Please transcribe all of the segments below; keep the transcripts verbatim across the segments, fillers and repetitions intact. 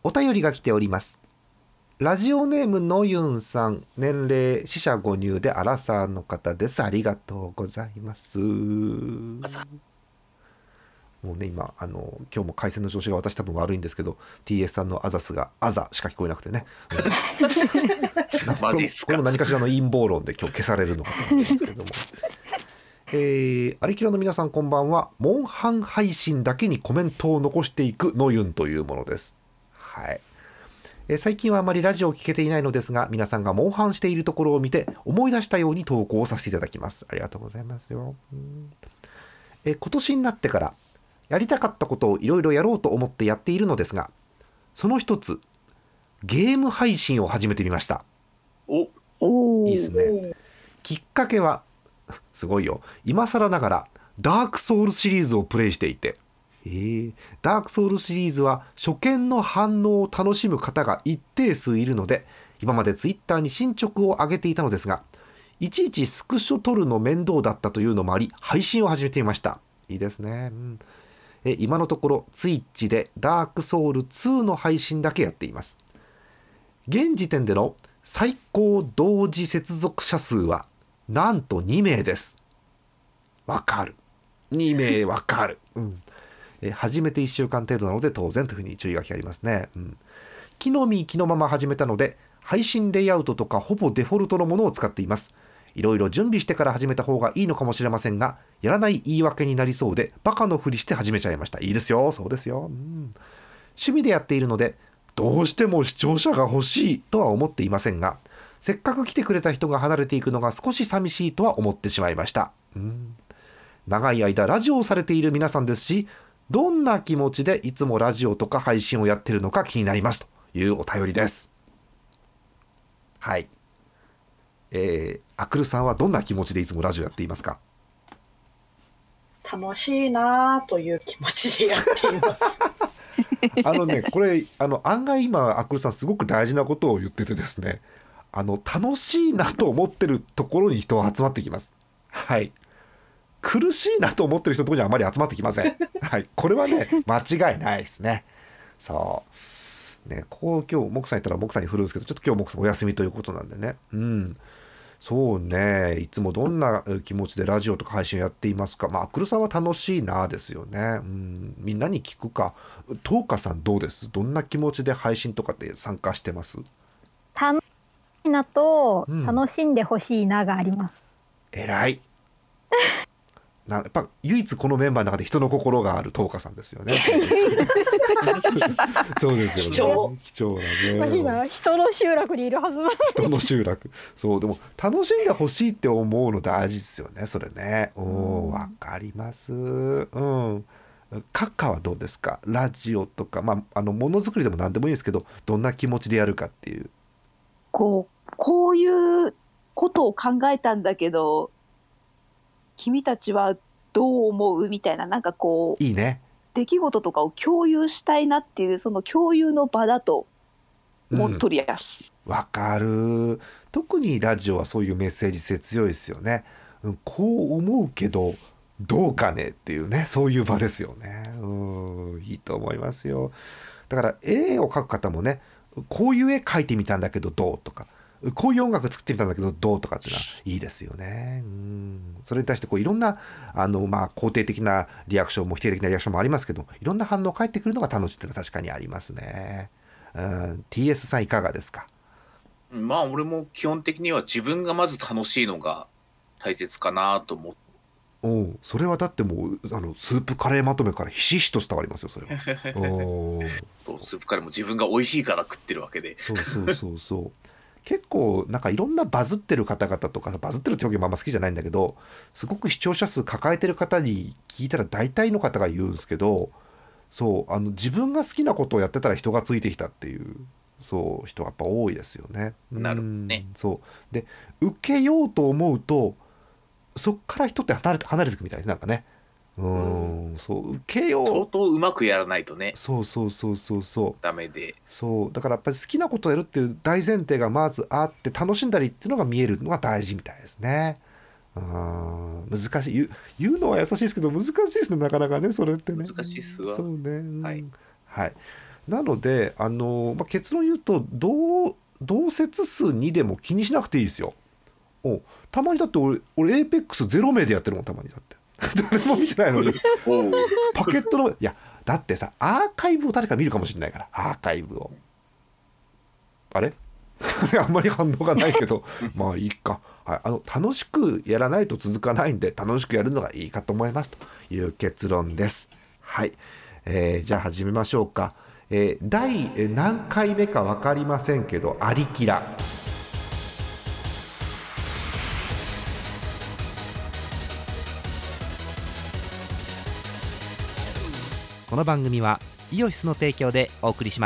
お便りが来ております。ラジオネームのゆんさん、年齢四捨五入でアラサーの方です。ありがとうございます。もうね、今あの今日も回線の調子が私多分悪いんですけど ティーエス さんのアザスがアザしか聞こえなくてね、うん、マジっすか。これも何かしらの陰謀論で今日消されるのかと思うんですけどもえー、アリキラの皆さんこんばんは。モンハン配信だけにコメントを残していくのゆんというものです。はい。えー、最近はあまりラジオを聞けていないのですが、皆さんがモンハンしているところを見て思い出したように投稿をさせていただきます。ありがとうございますよ。うん、えー、今年になってからやりたかったことをいろいろやろうと思ってやっているのですが、その一つゲーム配信を始めてみました。お、いいですね。きっかけはすごいよ。今更ながらダークソウルシリーズをプレイしていて、えー、ダークソウルシリーズは初見の反応を楽しむ方が一定数いるので、今までツイッターに進捗を上げていたのですが、いちいちスクショ撮るの面倒だったというのもあり、配信を始めてみました。いいですね。うん、え今のところツイッチでダークソウルツーの配信だけやっています。現時点での最高同時接続者数はなんとにめいです。わかる。にめいわかる。うん、え初めていっしゅうかん程度なので当然というふうに注意書きありますね。うん、木の実木のまま始めたので配信レイアウトとかほぼデフォルトのものを使っています。いろいろ準備してから始めた方がいいのかもしれませんが、やらない言い訳になりそうでバカのふりして始めちゃいました。いいですよ。そうですよ。うん、趣味でやっているのでどうしても視聴者が欲しいとは思っていませんが、せっかく来てくれた人が離れていくのが少し寂しいとは思ってしまいました。うん、長い間ラジオをされている皆さんですし、どんな気持ちでいつもラジオとか配信をやってるのか気になりますというお便りです。はい。えー、アクルさんはどんな気持ちでいつもラジオやっていますか？ 楽しいなという気持ちでやっていますあのね、これあの案外今アクルさんすごく大事なことを言っててですね、あの楽しいなと思ってるところに人は集まってきます。はい。苦しいなと思ってる人のところにはあまり集まってきません。はい。これはね間違いないですね。そうね、ここ今日木さんいたら木さんに振るんですけど、ちょっと今日木さんお休みということなんでね。うん。そうね、いつもどんな気持ちでラジオとか配信をやっていますか。まあアクルさんは楽しいなですよね。うん、みんなに聞くか。トーカさんどうです？どんな気持ちで配信とかって参加してます？ 楽しいなと、 うん、 楽しんでほしいながあります。 えらいな。やっぱ唯一このメンバーの中で人の心があるトーカさんですよね。そうですよね。貴重なね。 今人の集落にいるはずなのに。 人の集落。そうでも楽しんでほしいって思うの大事ですよね。それね。おわかります。うん。カッカはどうですか？ラジオとか、まあ、あのものづくりでも何でもいいですけど、どんな気持ちでやるかっていう。 こうこういうことを考えたんだけど君たちはどう思うみたいな、なんかこういいね、 出来事とかを共有したいなっていう、その共有の場だと思っとりやす。 わ、うん、かる。特にラジオはそういうメッセージ性強いですよね。うん、こう思うけどどうかねっていうね、そういう場ですよね。うん、いいと思いますよ。だから絵を描く方もね、こういう絵描いてみたんだけどどうとか、こういう音楽作ってみたんだけどどうとかっていうのはいいですよね。うん、それに対してこういろんなあの、まあ、肯定的なリアクションも否定的なリアクションもありますけど、いろんな反応返ってくるのが楽しいっていうのは確かにありますね。うん、ティーエス さんいかがですか？ まあ俺も基本的には自分がまず楽しいのが大切かなと思って。 おう、それはだってもうあのスープカレーまとめからひしひしと伝わりますよそれは。おそう、スープカレーも自分が美味しいから食ってるわけで。 そうそうそうそう結構なんかいろんなバズってる方々とか、バズってるって表現もあんま好きじゃないんだけど、すごく視聴者数抱えてる方に聞いたら大体の方が言うんですけど、そうあの自分が好きなことをやってたら人がついてきたっていうそう人がやっぱ多いですよね。 なるほどね。 そうで受けようと思うとそっから人って離れて離れていくみたいです。なんかね、うーん、そう受けよう相当うまくやらないとね。 そうそうそうそうそうダメで、 そうだからやっぱり好きなことをやるっていう大前提がまずあって、楽しんだりっていうのが見えるのが大事みたいですね。うーん、難しい、言う、言うのは優しいですけど難しいですね、なかなかね、それってね。 難しいっすわ。 そうね、うん、 はい、 はい、 なので、あのまあ、結論言うと同同説数にでも気にしなくていいですよ。おたまにだって俺俺エーペックスゼロ名でやってるもん、たまにだって誰も見てないのにパケットのいやだってさ、アーカイブを誰か見るかもしれないから、アーカイブをあれあんまり反応がないけどまあいいか、はい、あの楽しくやらないと続かないんで、楽しくやるのがいいかと思いますという結論です。はい、えー、じゃあ始めましょうか。えー、第何回目か分かりませんけど、アリキラ。 この番組はイオシスの提供でお送りします。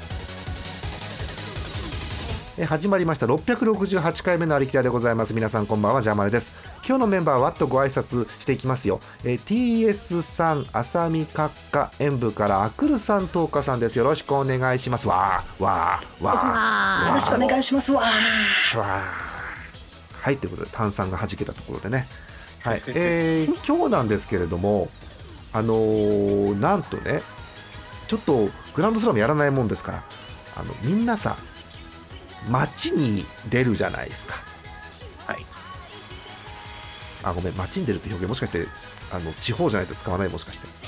え始まりましたろっぴゃくろくじゅうはちかいめのアリキラでございます。皆さんこんばんは、ジャーマネです。今日のメンバーはとご挨拶していきますよ。えー、ティーエス さん、あさみ閣下演舞からアクルさん、とうかさんです。よろしくお願いします。わーわーわー、 よろしくお願いしますわーわー。はい、ということで炭酸が弾けたところでね、はい、えー、今日なんですけれども、あのー、なんとね、ちょっとグランドスラムやらないもんですから、あのみんなさ街に出るじゃないですか。 はい。 あ、ごめん、街に出るって表現もしかしてあの地方じゃないと使わない、もしかして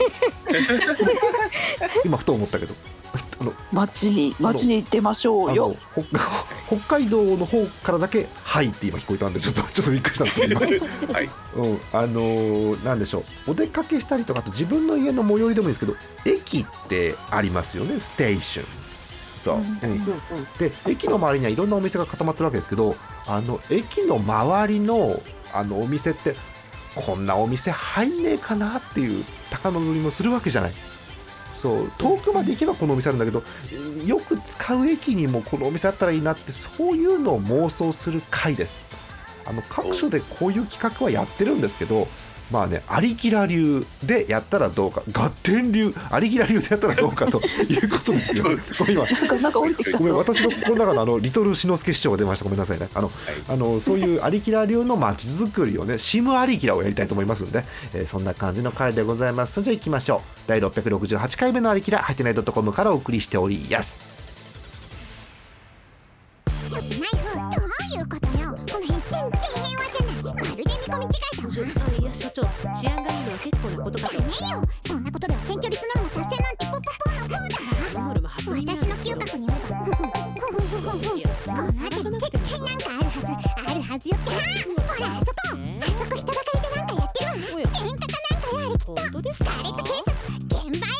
今ふと思ったけどあの街に街に出ましょうよ。 北海道の方からだけはいって今聞こえたんで、ちょっとちょっとびっくりしたんですけど今、はい、うん、あのー、なんでしょう、お出かけしたりとか、あと自分の家の最寄りでもいいですけど、駅ってありますよね、ステーション。そう、うん、で駅の周りにはいろんなお店が固まってるわけですけど、あの駅の周りのあのお店ってこんなお店入んねえかなっていう高望みもするわけじゃない。そう遠くまで行けばこのお店あるんだけど、よく使う駅にもこのお店あったらいいなって、そういうのを妄想する回です。あの各所でこういう企画はやってるんですけど、まあね、アリキラ流でやったらどうか、ガッテン流、アリキラ流でやったらどうかということですよ。今なんかなんか降りてきた。 ごめん、私の心の中のあのリトル志の輔市長が出ました。ごめんなさいね。あの、はい、あのそういうアリキラ流の街づくりをね、シムアリキラをやりたいと思いますんで、えー、そんな感じの回でございます。それじゃあ行きましょう。だいろっぴゃくろくじゅうはちかいめのアリキラ、はてない .com からお送りしておりやす。 ちょっとナイフ、どういうことよ。この辺全然平和じゃない。まるで見込み違いだわ。 いや所長、治安がいいのは結構なことかと。 ねえよ、そんなことでは選挙率ノルマ達成なんてポポポのプーだ。 ノルマ発言なんて。 私の嗅覚によれば、ふふふふふふふ、この辺り絶対なんかあるはず、あるはずよって。ほらあそこ、あそこ人だかりでなんかやってるわ。喧嘩かなんかやあれきっと。 本当ですか。 スカーレット警察、現場へ急行。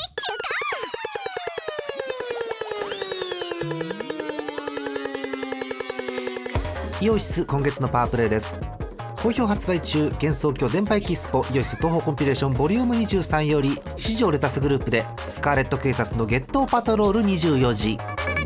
イオシス今月のパワープレイです。好評発売中、幻想郷電波キスポイオシス東宝コンピレーションボリュームにじゅうさんより四条レタスグループでスカーレット警察の月頭パトロールにじゅうよじ。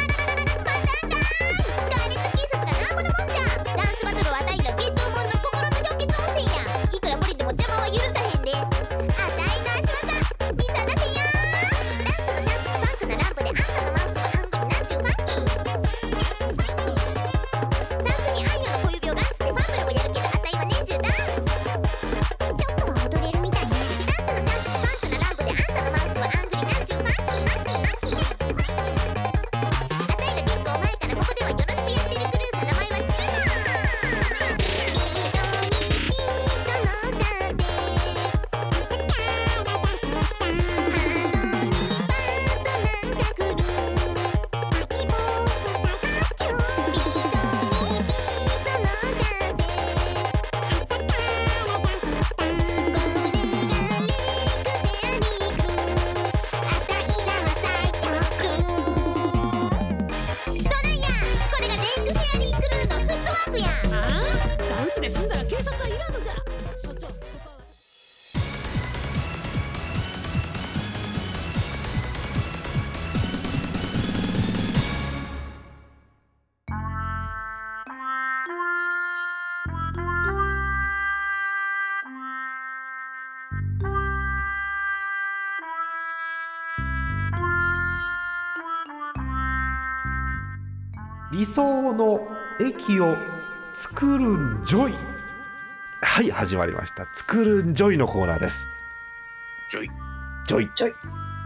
理想の駅を作るんジョイ。はい、始まりました。作るんジョイのコーナーです。 ジョイジョイジョイ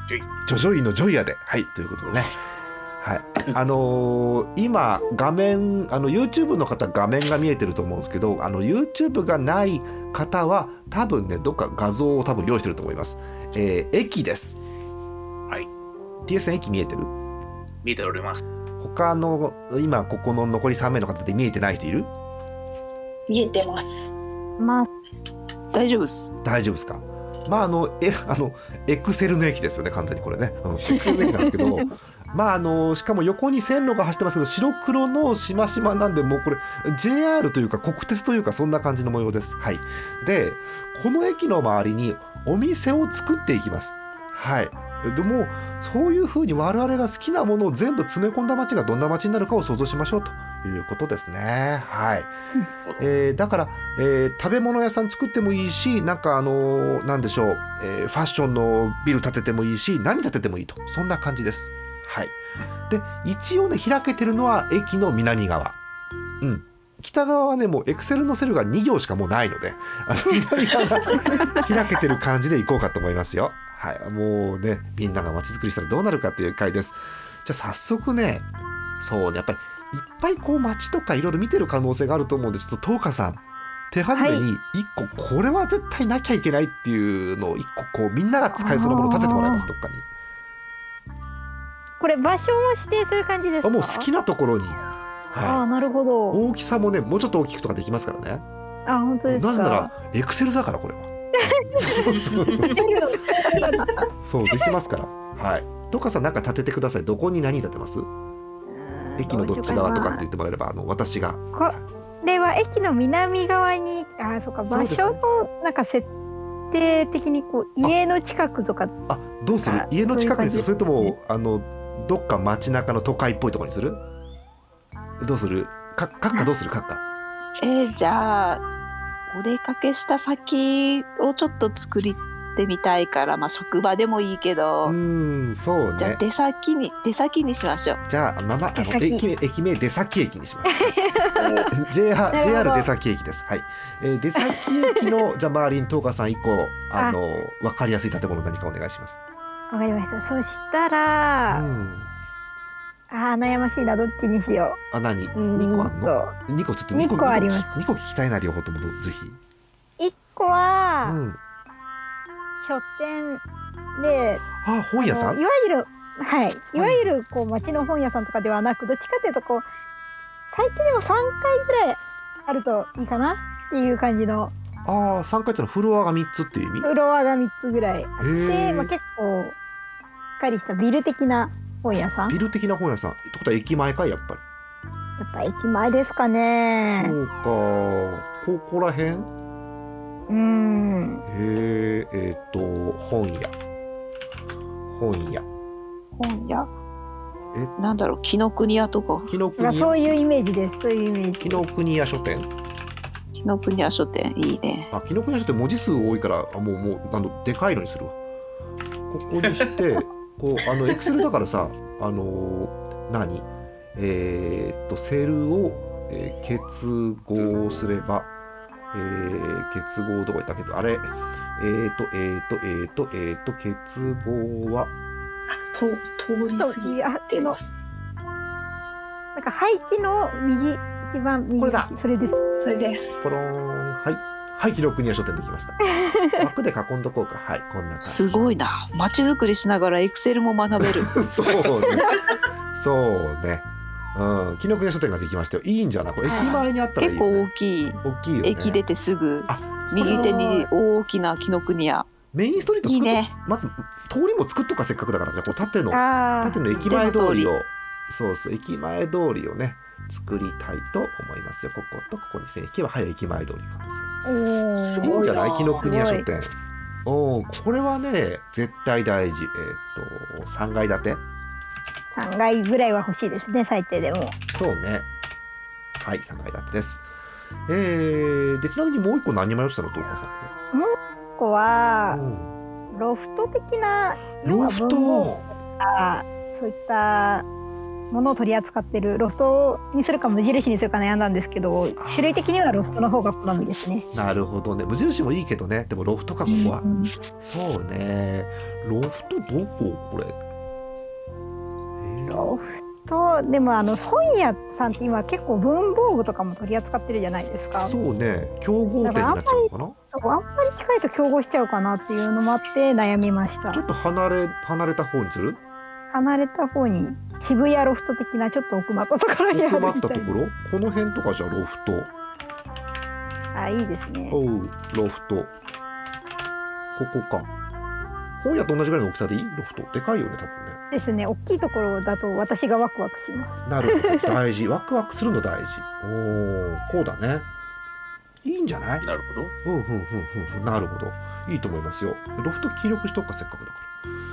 ジョジョイのジョイヤで、はい、ということでね、はい、あのー、今画面あの YouTube の方画面が見えてると思うんですけど、あの YouTube がない方は多分ねどっか画像を多分用意してると思います。えー、駅です。 はい。 ティーエス さん駅見えてる？ 見えております。 他の今ここの残りさん名の方で見えてない人いる？ 見えてます。 まあ大丈夫です。 大丈夫ですか？まああのえあのエクセルの駅ですよね、完全にこれね、うん、エクセルの駅なんですけどまああのしかも横に線路が走ってますけど白黒のしましまなんで、もうこれ ジェイアール というか国鉄というかそんな感じの模様です。はい。でこの駅の周りにお店を作っていきます。はい。でもそういう風に我々が好きなものを全部詰め込んだ街がどんな街になるかを想像しましょうということですね。はい。えー、だから、えー、食べ物屋さん作ってもいいし、なんかあのー、なんでしょう、えー、ファッションのビル建ててもいいし、何建ててもいいと、そんな感じです。はい。で一応ね開けてるのは駅の南側。うん。北側はねもうエクセルのセルがに行しかもうないので、あの南側が開けてる感じでいこうかと思いますよ。はい、もうねみんなが街づくりしたらどうなるかっていう回です。じゃあ早速ね、そうねやっぱりいっぱいこう街とかいろいろ見てる可能性があると思うんで、ちょっと東花さん手始めにいっここれは絶対なきゃいけないっていうのをいっここうみんなが使えそうなものを立ててもらいます。どっかにこれ場所も指定する感じですか？ あもう好きなところに、はい、 ああなるほど。 大きさもねもうちょっと大きくとかできますからね。 あ本当ですか？ なぜならエクセルだからこれはそうそうそうそうできますから。はい。どっかさんなんか立ててください。どこに何立てます？駅のどっち側とかって言ってもらえればあの私が。 これは駅の南側にあそうか場所のなんか設定的にこう家の近くとか。 あどうする？家の近くにする？それともあのどっか街中の都会っぽいところにする？どうする？か閣下どうする？閣下。 えー、じゃあお出かけした先をちょっと作ってみたいから、まあ職場でもいいけど、 うーんそうね。 じゃあ出先に出先にしましょう。 じゃあ名前あの駅名駅名出先駅にします。ジェイアール 出先駅です。はい。えー、出先駅のじゃあ周りに東花さん以降あの分かりやすい建物何かお願いします。 わかりました。そしたら、うん、あー悩ましいな、どっちにしよう。 あ何？にこあんの？にこちょっとにこあります。にこ聞きたいな両方ともぜひ。 いっこは、うん、書店で、 あ本屋さん？ いわゆるはいいわゆるこう町の本屋さんとかではなく、どっちかというとこう最低でもさんかいぐらいあるといいかなっていう感じの。 ああさんかいってのはフロアがみっつっていう意味？フロアがみっつぐらいあって、まあ、結構しっかりしたビル的な本屋さん。 ビル的な本屋さんってことは駅前かい？やっぱりやっぱ駅前ですかね。 そうかここら辺？ うんへええっ、ー、と本屋本屋本屋えなんだろう紀ノ国屋とか紀ノ国屋そういうイメージです。そういうイメージ。 紀ノ国屋書店紀ノ国屋書店いいね。 あ紀ノ国屋書店文字数多いからあもうもうあのでかいのにするわ。ここにしてこうあのエクセルだからさあのー、何えー、っとセルを、えー、結合すれば、えー、結合どこ行ったけどあれえー、っとえー、っとえー、っとえー、っと結合はと通り過ぎてます。 なんか配置の右一番右これだそれですそれです。 ポローンはいはい紀ノ国屋書店できました枠で囲んどこうか。はいこんな感じ。 すごいな街づくりしながらエクセルも学べるそうねそうねうん紀ノ国屋書店ができましたよ。いいんじゃないこれ駅前にあったらいい、ね、 結構大きい大きいよね。 駅出てすぐ右手に大きな紀ノ国屋メインストリート作っといいね。 まず通りも作っとかせっかくだからじゃあこう縦の縦の駅前通りをそうそう駅前通りをね作りたいと思いますよ。こことここに線引けばはい駅前通り完成。すごいんじゃない紀ノ国屋書店。おこれはね絶対大事。えー、っとさんがい建てさんがいぐらいは欲しいですね最低でも。 そうねはいさんがい建てです。えー、でちなみにもう一個何迷ってたの東花さん。 もう一個はロフト的なロフトあそういったものを取り扱ってるロフトにするか無印にするか悩んだんですけど、種類的にはロフトの方が好みですね。 なるほどね。無印もいいけどね。でもロフトかここは、うん、そうね。ロフトどここれ、 えー、ロフトでもあの本屋さんって今結構文房具とかも取り扱ってるじゃないですか。 そうね。競合店になっちゃうのかな。 そうあんまり近いと競合しちゃうかなっていうのもあって悩みました。 ちょっと離れ離れた方にする？ 離れた方に渋谷ロフト的なちょっと奥まったところにあるみたいな。 奥まったところ？この辺とかじゃロフト。 あ、いいですね。 おう、ロフト。ここか。本屋と同じぐらいの大きさでいい？ロフト。でかいよね、多分ね。 ですね。大きいところだと私がワクワクします。 なるほど。大事。ワクワクするの大事。おお、こうだね。いいんじゃない？ なるほど。 うんうんうんうん。なるほど。いいと思いますよ。ロフト記録しとくか、せっかくだから。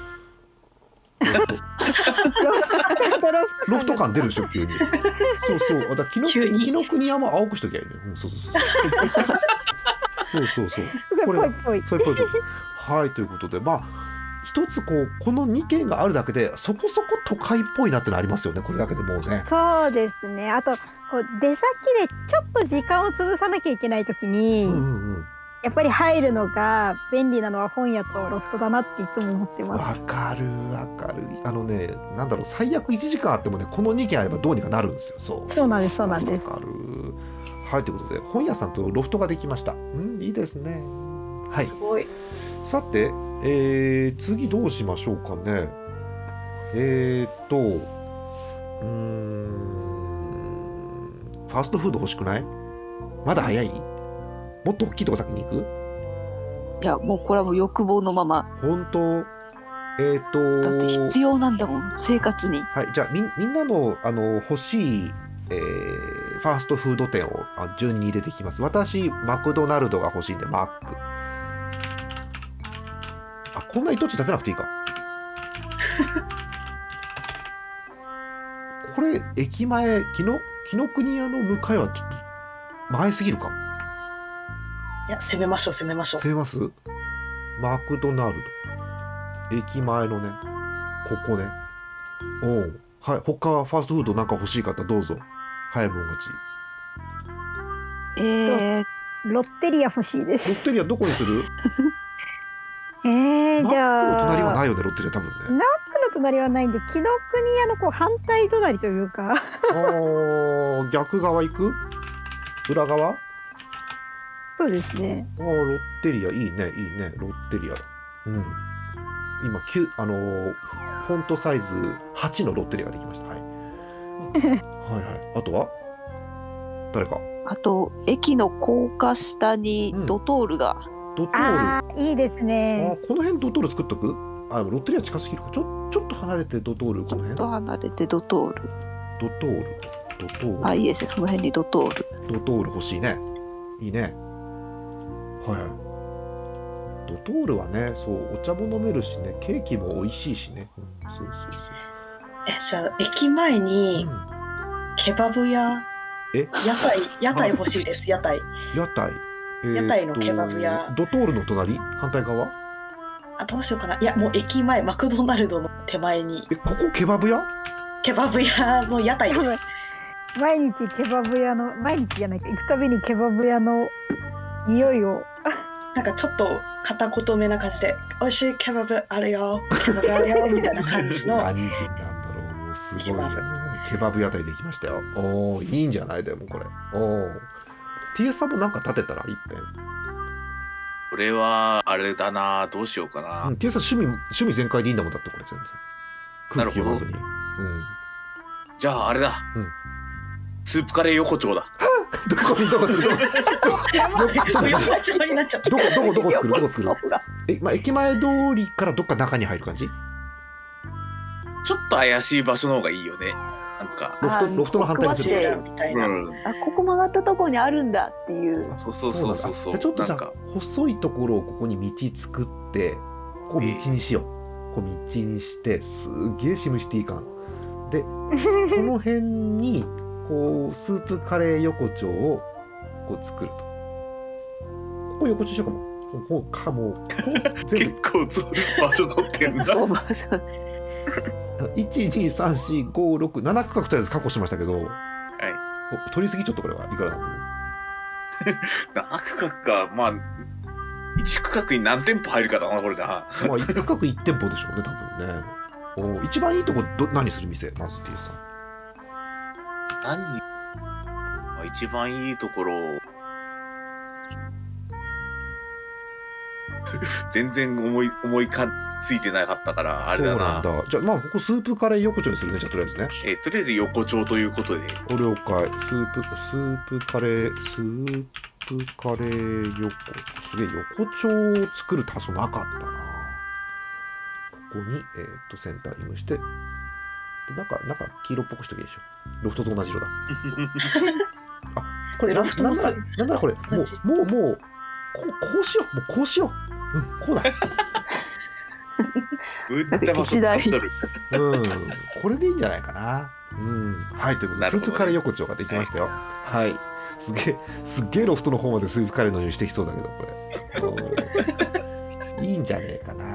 ロフト感出るでしょ急に。そうそう。だ紀ノ紀ノ国山青くしときゃいいね。うん、そうそうそう。そうそうそう。これぽいぽいぽい。はい、ということで、まあ一つこうこのにけんがあるだけでそこそこ都会っぽいなってのありますよね。これだけでもうね。 そうですね。あとこう出先でちょっと時間を潰さなきゃいけないときに。うんうんうん、やっぱり入るのが便利なのは本屋とロフトだなっていつも思ってます。 わかるわかる。あのね、なんだろう、最悪いちじかんあってもね、このにけんあればどうにかなるんですよ。そうそうなんですそうなんです。 わかる。はい、ということで本屋さんとロフトができました。うん、いいですね。はい、 すごい。 さて、えー、次どうしましょうかね。えーっとうーんファーストフード欲しくない？まだ早い？もっと大きいとこ先に行く？ いや、もうこれはもう欲望のまま。 本当？えーとだって必要なんだもん、生活に。 はい、じゃあ み, みんなの、あの欲しい、えー、ファーストフード店をあ順に入れていきます。私マクドナルドが欲しいんでマック。あ、こんな糸地立てなくていいか。これ駅前紀ノ紀ノ国屋の向かいはちょっと前すぎるか。 いや、攻めましょう攻めましょう。 攻めます？マクドナルド駅前のね、ここね。おう、はい。他はファーストフードなんか欲しい方どうぞ。早いもん勝ち。 えー、 ロッテリア欲しいです。 ロッテリアどこにする？ えー、じゃあマックの隣はないよね、ロッテリア多分ね。 マックの隣はないんで、紀ノ国屋のこう反対隣というか。 あ逆側行く？裏側？ そうですね。 ああ、ロッテリアいいねいいね、ロッテリアだ。うん。今きゅあのー、フォントサイズはちのロッテリアができました。はい。はいはい。あとは誰か？ あと駅の高架下にドトールが。 うん、ドトール。 ああ、いいですね。 あ、この辺ドトール作っとく？あ、ロッテリア近すぎるか。ちょちょっと離れてドトール、この辺。 ちょっと離れてドトール。 ドトール。ドトール。 あ、いいですね。その辺にドトール。 ドトール欲しいね。いいね。はいはい。ドトールはね、そうお茶も飲めるしね、ケーキも美味しいしね。うん、そうそうそう。 え、じゃあ駅前にケバブ屋、 え、 屋台屋台欲しいです。屋台。 屋台。えー、 屋台のケバブ屋。 ドトールの隣？反対側？ あ、どうしようかな。いや、もう駅前、マクドナルドの手前に。 え、ここケバブ屋？ ケバブ屋の屋台です。 毎日ケバブ屋の毎日じゃないか、行くたびにケバブ屋の匂いを。 なんかちょっと片言めな感じで、美味しいケバブあるよ、ケバブあるよみたいな感じの。 何人なんだろう、もうすごい、ね、ケバブ。ケバブ屋台できましたよ。おー、いいんじゃない？でもこれ。おー。ティーエス さんもなんか立てたら一遍。 これはあれだな、どうしようかな。 うん、ティーエス さん趣味趣味全開でいいんだもんだってこれ全然。空気読まずに。うん。 じゃああれだ。 うん。 スープカレー横丁だ。 どこにどこ作る？どこどこどこ作る？どこ作る？え、まあ駅前通りからどっか中に入る感じ？ ちょっと怪しい場所の方がいいよね。なんかロフトロフトの反対にするみたいな。うん、あ、ここ曲がったところにあるんだっていう。 そうそうそうそうそう。 じゃちょっとじゃあ細いところをここに道作って、こう道にしよう。こう道にしてすげえシムシティ感で、この辺にこうスープカレー横丁をこう作ると。ここ横丁しようかも。こうかもうこう全部結構場所取ってんだ。 いちにさんしごろくなな区画とりあえず確保しましたけど、 はい。 お取りすぎちょっとこれはいくらなんだろなな区画か、まあ、いち区画に何店舗入るかだな、これな。 う。まあいち区画いち店舗でしょうね多分ね。お一番いいとこど何する店まず T さん。 何まあ一番いいところ全然思い思いかついてなかったからあれだな。 そうなんだ。じゃあまあここスープカレー横丁にするね。じゃあとりあえずね。 えーとりあえず横丁ということで。 お了解。スープスープカレースープカレー横丁。すげえ横丁を作るって発想なかったな。ここにえっ、とセンタリングして、でなんかなんか黄色っぽくしとけでしょ。ロフトと同じ色だ。あこれロフトもすなんならなんならこれもうもうもうこうこうしようもうこうしよう。うんこうだ。 むっちゃ場所使っとる。 うん、これでいいんじゃないかな。うん、はいということで、スープカレー横丁ができましたよ。はい、はい、すげえすげえロフトの方までスープカレーの匂いしてきそうだけどこれいいんじゃねえかな。うん、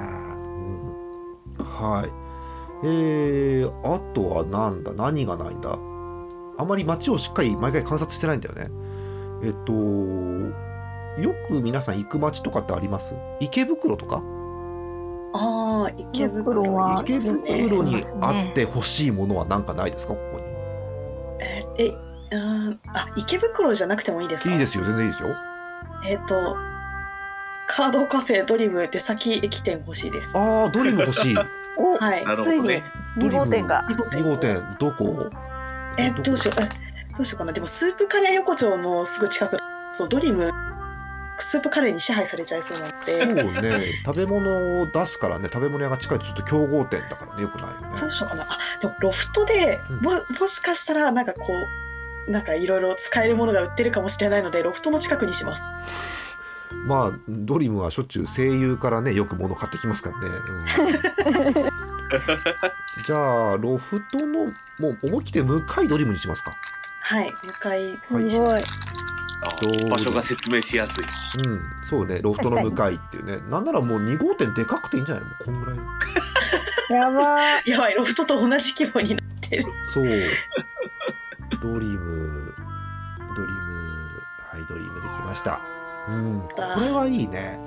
はい。えー、あとはなんだ何がないんだ。あまり街をしっかり毎回観察してないんだよね。えっとよく皆さん行く街とかってあります？池袋とか？ ああ、池袋は、 池袋にあってほしいものは何かないですか、ここに。 えー、え、うんあ、池袋じゃなくてもいいですか？ いいですよ、全然いいですよ。 えっ、ー、と、カードカフェドリム出先駅店欲しいです。 ああ、ドリム欲しい。 お、 はい、 ついにに号店が。 に号店、どこ？ えー、どうしよう、え、どうしようかな。でもスープカレー横丁のすぐ近く、そうドリム。スープカレーに支配されちゃいそうなので。 そうね、食べ物を出すからね、食べ物屋が近いとちょっと競合店だからね、よくないよね。 どうしようかな。あ、でもロフトで、うん、も, もしかしたらなんかこうなんかいろいろ使えるものが売ってるかもしれないのでロフトの近くにします。 まあドリムはしょっちゅう声優からねよく物買ってきますからね。うん、じゃあロフトのもう思い切って向かいドリムにしますか。 はい、向かい。 はい、 すごい。 場所が説明しやすい。 うん、そうね、ロフトの向かいっていうね。なんならもうに号店でかくていいんじゃないの？もうこんぐらい。 やばい。やばい、ロフトと同じ規模になってる。 そう。ドリム、ドリム、はい、ドリムできました。うん、これはいいね。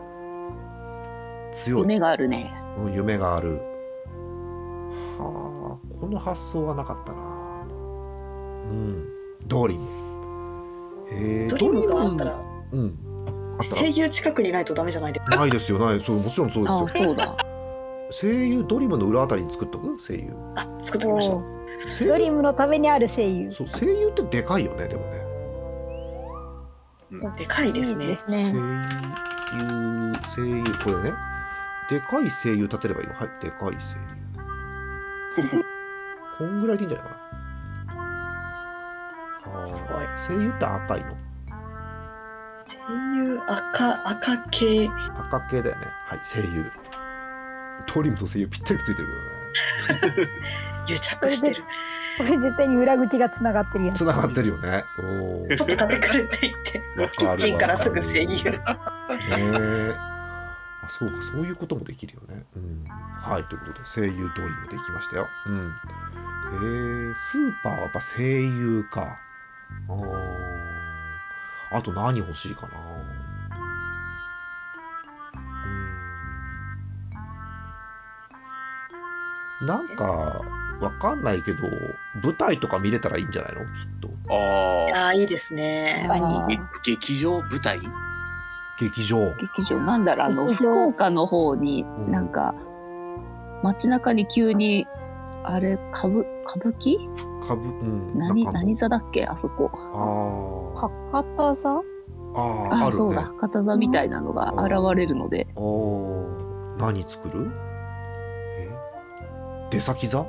強い。 夢があるね。 うん、夢がある。はあ、この発想はなかったな。うん、ドリム。へドリムがあったら、 うん、あったら声優近くにないとダメじゃないですか。 ないですよ、ない、そう、もちろんそうですよ。 あ、そうだ。 声優ドリムの裏あたりに作っとく？声優。 あ、作っときましょう。ドリムのためにある声優。 そう、声優ってでかいよね、でもね。 うん、でかいですね。いいですね。 声優、声優、これね。でかい声優立てればいいの？はい、でかい声優。こんぐらいでいいんじゃないかな。 すごい。 声優って赤いの？ 声優赤赤系。 赤系だよね。はい、声優。ドリムと声優ぴったりくっついてるけどね。 癒着してる。 これ絶対に裏口がつながってるやん。 つながってるよね。おちょっと買ってくるって言って、キッチンからすぐ声優。ねえ。あ、そうか、そういうこともできるよね。うん、はい、ということで声優ドリムできましたよ。うん。えー、スーパーはやっぱ声優か。あ, あと何欲しいかな。うん、なんかわかんないけど舞台とか見れたらいいんじゃないの？きっと。 ああ、いいですね。 劇場舞台？ 劇場。 劇場なんだろう、あの福岡の方になんか、うん、街中に急にあれ歌舞歌舞伎？ 歌舞、うん、 何何座だっけあそこ。 ああ。博多座？ ああ、あ、ね、そうだ、博多座みたいなのが現れるので。 ああ。何作る？え？出先座？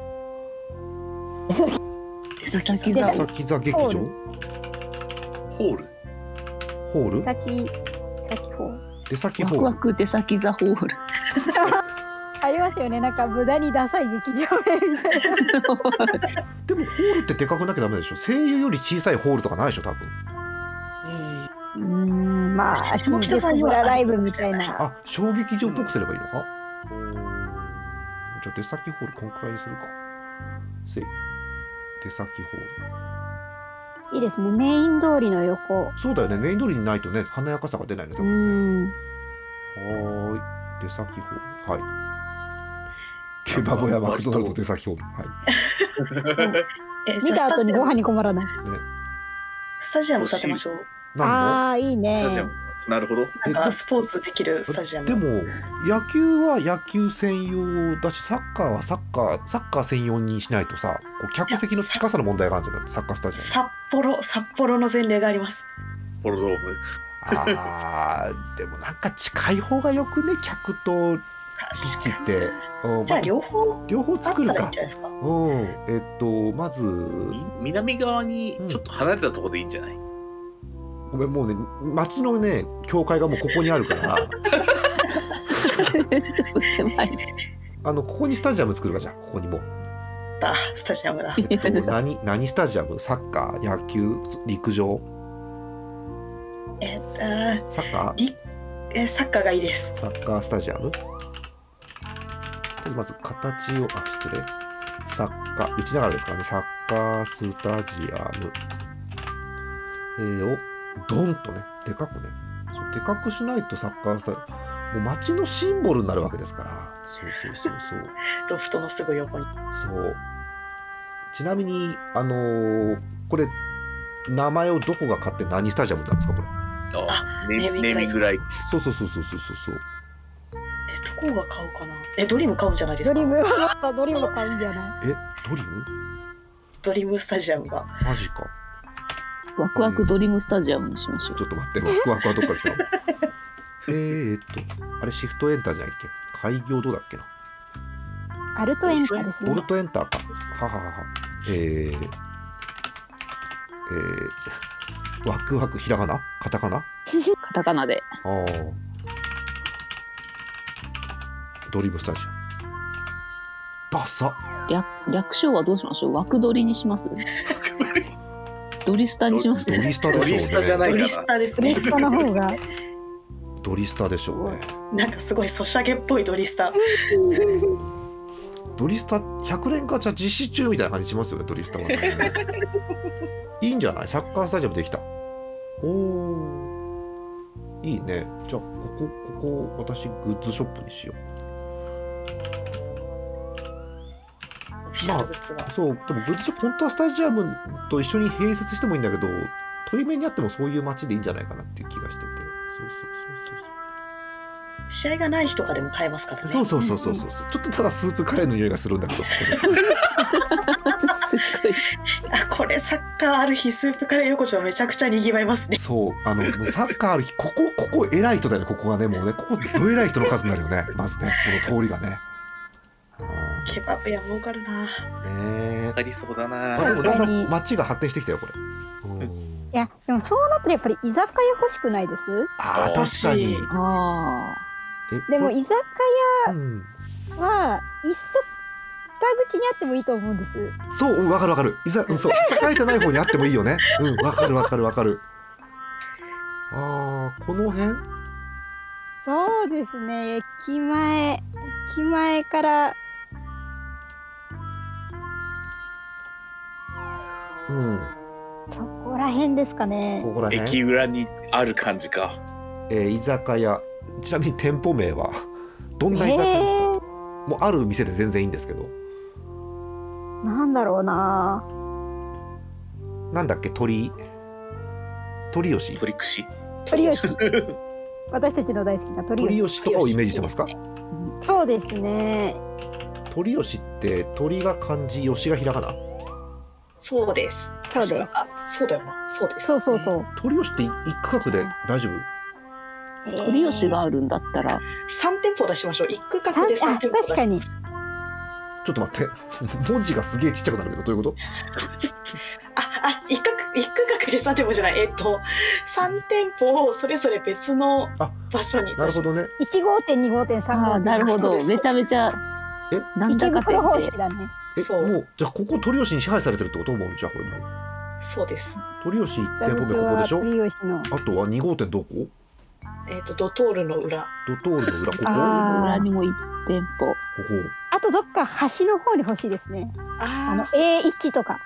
出先座。 出先座劇場？ホール？ ホール？ 出先先ホール。 出先ホール。 ワクワク出先座ホール。 ありますよね、なんか無駄にダサい劇場名みたいな。 でもホールってでかくなきゃダメでしょ。声優より小さいホールとかないでしょ、多分。 うーん、まあ下北沢ライブみたいな。 あ、小劇場っぽくすればいいのか。うん、じゃじゃあ出先ホールこんくらいにするか。せい出先ホールいいですね。メイン通りの横。 そうだよね、メイン通りにないとね華やかさが出ないね多う分ね。 ん。 はーい、出先ホール、はい。ケバブやマクドナルド出先ホール、はい。 えじ見たゃあスタジアム後にご飯に困らない。 スタジアム建てましょう。 なんああ、いいスタジアムね。 なるほど。 なんかスポーツできるスタジアム。 でも野球は野球専用だし、サッカーはサッカーサッカー専用にしないとさ、こう客席の近さの問題があるんじゃない、サッカースタジアム。 札幌札幌の前例があります。 ポロドーム。 あーでもなんか近い方がよくね、客とピッチ確かって。うんに。じゃあま両方両方あった作るからいいんじゃないですか。 うんえっとまずみ南側にちょっと離れたところでいいんじゃない？ ごめん、もうね街のね教会がもうここにあるから狭い。 あのここにスタジアム作るか。じゃあここにもだスタジアムだ。 えっと何何スタジアム？サッカー、野球、陸上、 えっとサッカーリえサッカーがいいです。 サッカースタジアム。まず形を、あ、失礼。サッカー、打ちながらですからね、サッカースタジアム。えー、を、ドンとね、でかくね。そうでかくしないとサッカースタジアム、もう街のシンボルになるわけですから。そうそうそうそう。 ロフトのすぐ横に。 そう。ちなみに、あのーこれ、名前をどこが買って何スタジアムなんですか、これ。 あ、ネネーミングライツネーミングライツ。 そうそうそうそうそうそうそう。 えどこが買うかな。えドリーム買うんじゃないですか。 ドリームはまたドリーム買うんじゃない。 え、ドリムドリームスタジアムが。 マジか。 ワクワクドリームスタジアムにしましょう。 ちょっと待って、ワクワクはどっから来たのえーっと、あれシフトエンターじゃないっけ、開業どうだっけな。 アルトエンターですねオル。トエンターか。はははは。えー、えー、ワクワクひらがなカタカナ。 カタカナで。 あー。ドリームスタジアム。ダサ。 略略称はどうしましょう。ワクドリにします。ドリスタにします。 ドリスタでドリスタじしょうね。 ゃないかな。 ドリスタですね。 ドリスタの方が。 ドリスタでしょうね。 なんかすごいソシャゲっぽいドリスタ。 ドリスタひゃくねんガチャ実施中みたいな感じしますよね、ドリスタはね。いいんじゃない？サッカースタジアムできた。おー、いいね。じゃあここここ私グッズショップにしよオフィシャルグッズは。 う。そうでもグッズショップ本当はスタジアムと一緒に併設してもいいんだけど、対面にあってもそういう街でいいんじゃないかなっていう気がしてて。そうそう試合がない日とかでも買えますからね。 そうそうそうそうそうそうそう。ちょっとただスープカレーの匂いがするんだけど。 すごい。 あこれサッカーある日スープカレー横丁めちゃくちゃ賑わいますね。 そうあのもうサッカーある日ここここ偉い人だよね、ここがね、もうねここど偉い人の数になるよねまずねこの通りがね。あケバブ屋儲かるな。 ーねわかりそうだな。 まあでもだんだん街が発展してきたよこれ。うんいやでもそうなったらやっぱり居酒屋欲しくないです？ あー確かに。 あえでも居酒うん屋は一足北口にあってもいいと思うんです。 そう、うん、わかるわかる。いざ、うん、そう、栄えてない方にあってもいいよね。うん、わかるわかるわかる。ああ、この辺。 そうですね。駅前駅前からうん、 そこら辺ですかね。 ここら辺。 駅裏にある感じか。 えー居酒屋。ちなみに店舗名はどんな居酒屋ですか？ えもうある店で全然いいんですけど。 ー、なんだろうな。 なんだっけ、鳥。鳥吉。 鳥串。 鳥吉。私たちの大好きな鳥鳥吉。 吉とかをイメージしてますか？ そうですね。 鳥吉って鳥が漢字、吉がひらがな。 そうです。 そうです。 あそうだよな。そうです。 そうそうそう。 鳥吉って一区画で大丈夫？ あ。鳥吉があるんだったら。 三店舗出しましょう。一区画で三あ店舗出し確かに。 ちょっと待って文字がすげえちっちゃくなるけどどういうこと？ ああ一区画一区画で三店舗じゃない。えっと三店舗をそれぞれ別のあ場所に出し。 なるほどね。 いち号店、に号店、さん号ああ、 店。 なるほど。 そうですめちゃめちゃ。 えなんだか池袋方店って。 式だね。 えそうもうじゃあここ鳥吉に支配されてるってこと？もうじゃあこれもうそうです。 鳥吉いち店舗目ここでしょ？ 鳥吉の。 あとはに号店どこ？ えっとドトールの裏。 ドトールの裏ここ？こあー裏にもいち店舗。 こあととどっか端の方に欲しいですね。あの エーワン とか。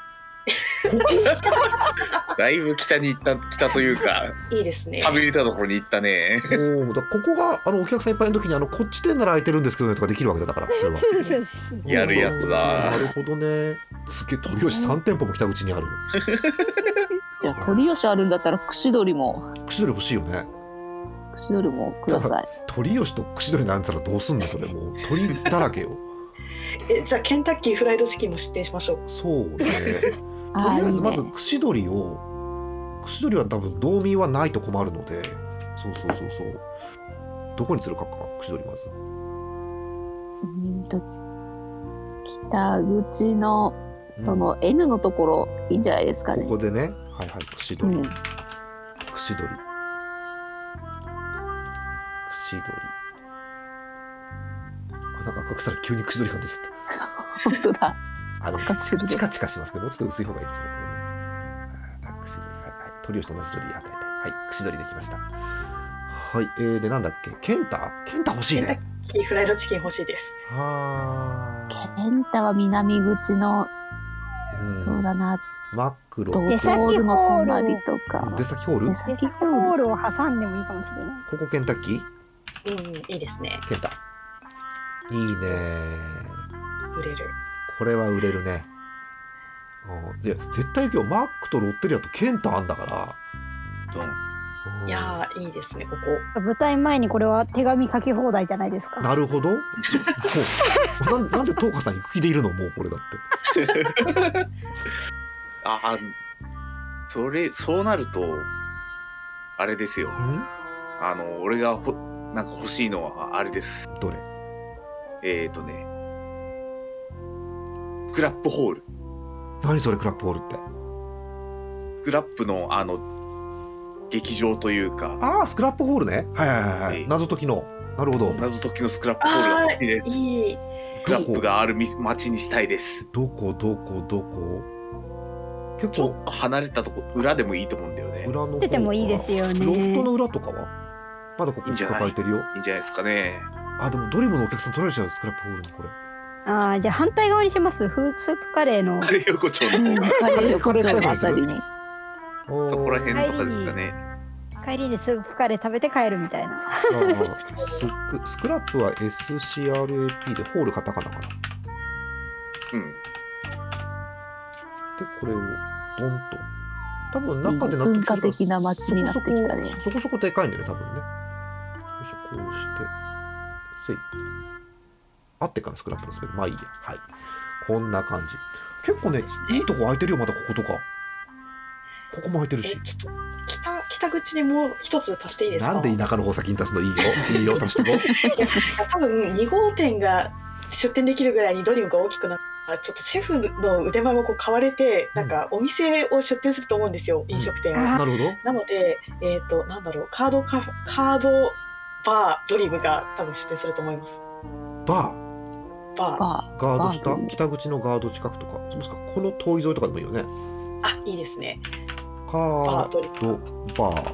だいぶ北に行った北というかいいですね。 旅入れたところに行ったね。 おお、だここがあのお客さんいっぱいの時にあのこっち店なら空いてるんですけどねとかできるわけだだからそれは。 やるやつだ。 なるほどね。すげえ鳥吉さん店舗も北口にある。 じゃあ鳥吉あるんだったら串鳥も串鳥欲しいよね。 串鳥もください。 鳥吉と串鳥なんつったらどうすんだそれ、もう鳥だらけよ。 えじゃあケンタッキーフライドチキンも出店しましょう。 そうね。とりあえずまず串鳥を串鳥は多分道民はないと困るので、そうそうそうそう、どこにするかか串鳥まず。 うんと北口のその N のところいいんじゃないですかね。 ここでね、はいはい、串鳥、うん、串鳥串鳥、あ、なんか赤くしたら急に串鳥感出ちゃった。 本当だ。 あのチカチカしますね。もうちょっと薄い方がいいですね。これね。あ、串鳥、はいはい。鳥吉と同じ鳥、あ、はいはい。串鳥できました。はい、えー、でなんだっけ、ケンタ？ケンタ欲しいね。 ケンタッキーフライドチキン欲しいです。 はあ。ケンタは南口の、うん、そうだな。 マクロ。 ドトールの隣とか。 出先ホール？ 出先ホールを挟んでもいいかもしれない。 ここケンタッキー？ うん、いいですね。 ケンタ。いいね。 売れる。 これは売れるね。いや絶対今日マックとロッテリアとケンタあんだから。 うん、いやいいですねここ。 舞台前にこれは手紙書き放題じゃないですか。 なるほど。な, なんで東花さん行く気でいるのもうこれだって。 ああ、それそうなるとあれですよ。あの俺がほなんか欲しいのはあれです。 どれ？ えっ、ー、とね。スクラップホール。 何それクラップホールって？ スクラップのあの劇場というか。 ああ、スクラップホールね。はいはいはい、はい、謎解きの。なるほど。 謎解きのスクラップホールが好きです。 いい。 スクラップがある街にしたいです。 どこどこどこ？ 結構ちょっと離れたとこ裏でもいいと思うんだよね。 裏の方出てもいいですよね。 ロフトの裏とかはまだここ抱えてるよ。 いいんじゃないですかね。 あ、でもドリムのお客さん取られちゃうスクラップホールにこれ。 ああ、じゃあ反対側にします。フースープカレーのカレー横丁のカレー横丁のあたりにそこら辺とかですかね。 帰りにスープカレー食べて帰るみたいな。 あスクスクラップは エスシーアールエーピー でホールカタカナかな。 うん。 でこれをドンと多分中で文化的な街になってきたね。 そこそこでかいんだよね多分ね。よいしょ、こうしてせい合ってからスクラップですけど、まあいいや。はい、こんな感じ。結構ねいいとこ空いてるよ。またこことかここも空いてるし。 ちょっと北北口にもう一つ足していいですか？ なんで田舎の方先に足すの？いいよいいよ足してこう。 多分に号店が出店できるぐらいにドリムが大きくなったらちょっとシェフの腕前もこう買われて、なんかお店を出店すると思うんですよ、うん、飲食店を。 なるほど。 なのでえっ、ー、となんだろう、カードカフカードバードリムが多分出店すると思います。 バーバーガード下北口のガード近くとか、もしくはこの通り沿いとかでもいいよね。 あ、いいですね。 カードバー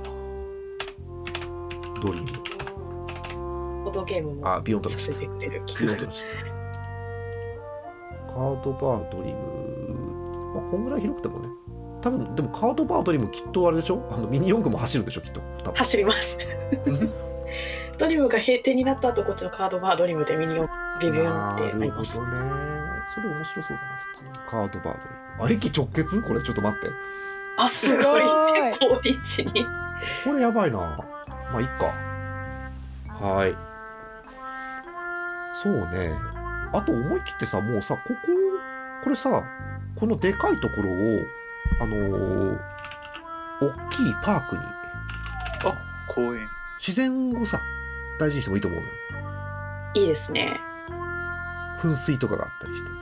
ドリム。 ボードゲームもあ、ビヨンドさせてくれる。 ビヨンドです。カードバードリム、まあ、こんぐらい広くてもね。多分でもカードバードリムきっとあれでしょ、あのミニ四駆も走るんでしょきっと。多分走りますドリムが閉店になった後こっちのカードバードリムでミニ四駆ビビューンってなります。 なるほどね。それ面白そうだな普通に。カードバードリム。あ、駅直結？これちょっと待って。 あ、すごい好立地に。 これやばいな。まあいいか。はい。そうね。あと思い切ってさ、もうさ、こここれさ、このでかいところをあのー、大きいパークに、 あ、公園、 自然をさ大事にしてもいいと思うのよ。 いいですね。 噴水とかがあったりして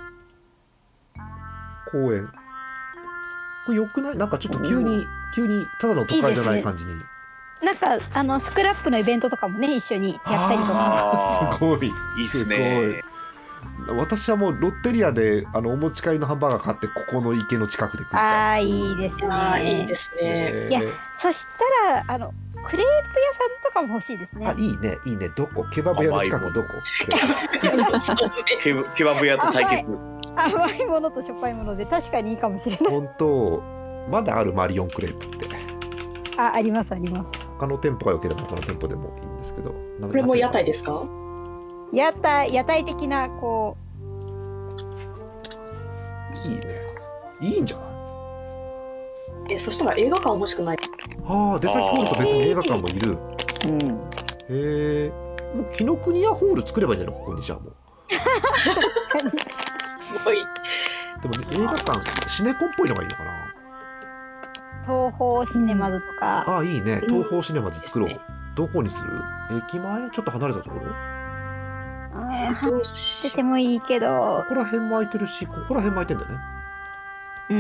公園、これよくない？なんかちょっと急に急にただの都会じゃない感じに。いいなんかあのスクラップのイベントとかもね一緒にやったりとか。 すごいいいっすね。 私はもうロッテリアであのお持ち帰りのハンバーガー買ってここの池の近くで食った。 あーいいですね。 あーいいですね。 いやそしたらあのクレープ屋さんとかも欲しいですね。 あ、いいねいいね。どこ？ケバブ屋の近くどこ？ ケバケバブ屋と対決。 甘いものとしょっぱいもので確かにいいかもしれない。 本当まだあるマリオンクレープって。 あ、ありますあります。 他の店舗が良ければ他の店舗でもいいんですけど。これも屋台ですか？ 屋台屋台的なこう。いいね。いいんじゃない？ え、そしたら映画館欲しくない？ ああ、出先ホールと別に映画館もいる。 うん。 へえ。もう紀ノ国屋ホール作ればいいんじゃない？ここにじゃあもう。 すごい。 でも、ね、映画館シネコンっぽいのがいいのかな。 東宝シネマズとか。 ああ、いいね。東宝シネマズ作ろう。うん、どこにする？駅前？ちょっと離れたところ？ ああ、出てもいいけど。 ここら辺も空いてるし、ここら辺も空いてんだね。 うん。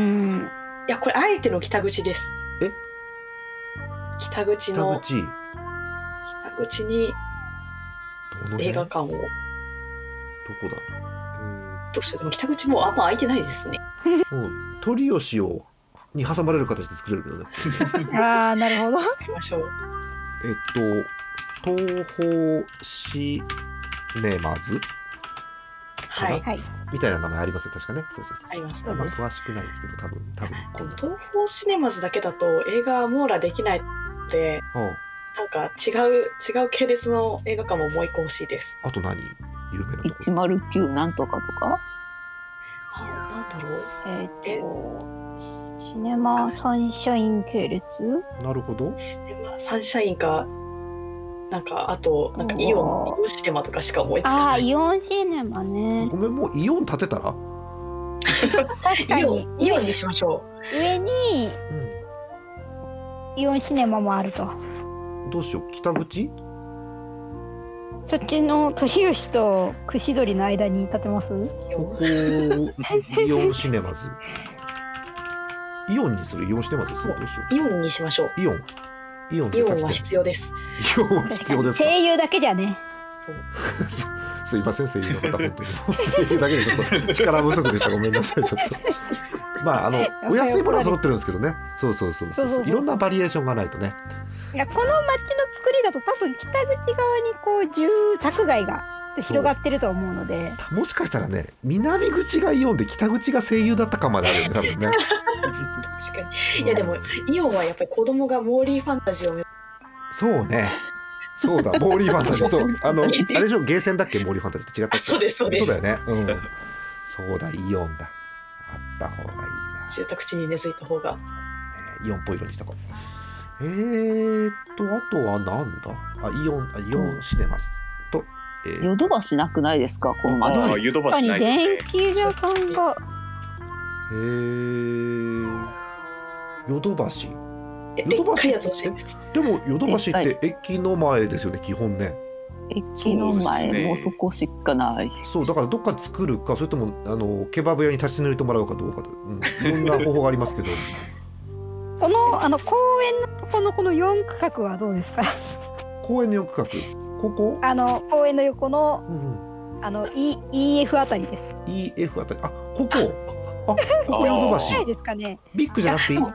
いや、これあえての北口です。 え？ 北口の。 北口。 北口に映画館を。どこだ？ どうしよう、でも北口もあんま空いてないですね。 うん、鳥吉をに挟まれる形で作れるけどね。 ああ、なるほど。 やりましょう。 えっと東宝シネマズ、 はいはい、 みたいな名前ありますよ確かね。そうそうそう。 あります。 まあ詳しくないですけど多分多分この東宝シネマズだけだと映画網羅できないので、なんか違う違う系列の映画館ももう一個欲しいです。 あと何有名なとこ？ いちまるきゅうなんとかとか。 あ、なんだろう。 えっとシネマサンシャイン系列。 なるほど。 シネマサンシャインか。なんかあとなんかイオン、イオンシネマとかしか思いつかない。 ああ、イオンシネマね。 ごめん、もうイオン建てたら？ 確かにイオンにしましょう。上に、うん、イオンシネマもあると。 どうしよう、北口？ そっちの鳥吉と串取りの間に建てます？ ここイオンシネマズ。イオンにする？イオンシネマズにする？どうしよう。イオンにしましょう。 イオン。イオン。 イオンは必要です。 イオンは必要ですか。 声優だけじゃね。 そうすいません声優の方本当に声優だけでちょっと力不足でした。ごめんなさいちょっと。まああのお安いものは揃ってるんですけどね。そうそうそうそう。いろんなバリエーションがないとね。 いやこの街の作りだと多分北口側にこう住宅街が広がってると思うので、 もしかしたらね南口がイオンで北口が声優だったかまであるよね多分ね。 確かに。いやでもイオンはやっぱり子供がモーリーファンタジーを見そうね。そうだモーリーファンタジー。そうあのあれでしょゲーセンだっけモーリーファンタジーって違ったっけ？ そうですそうです。 そうだよね。うん。そうだイオンだ。あった方がいいな。 住宅地に根付いた方が。 ね、イオンっぽい色にしたか。えーっとあとはなんだ？あイオンあイオンシネマスと、 えー、ヨドバシなくないですかこの街？ あヨドバシないですね。 電気屋さんが。 へーヨドバシ。 ヨドバシやつ欲しいです。 でもヨドバシって駅の前ですよね基本ね。 駅の前もそこしかない。 そうだからどっか作るかそれともあのケバブ屋に立ち退いてもらうかどうかと、うん、いろんな方法がありますけど。 このあの公園のこのこのよん区画はどうですか？ 公園のよん区画ここ？ あの公園の横の、うんうん、あの E EF あたりです。 イーエフ あたりあここあここヨドバシ。 ないですかね。 ビッグじゃなくていい？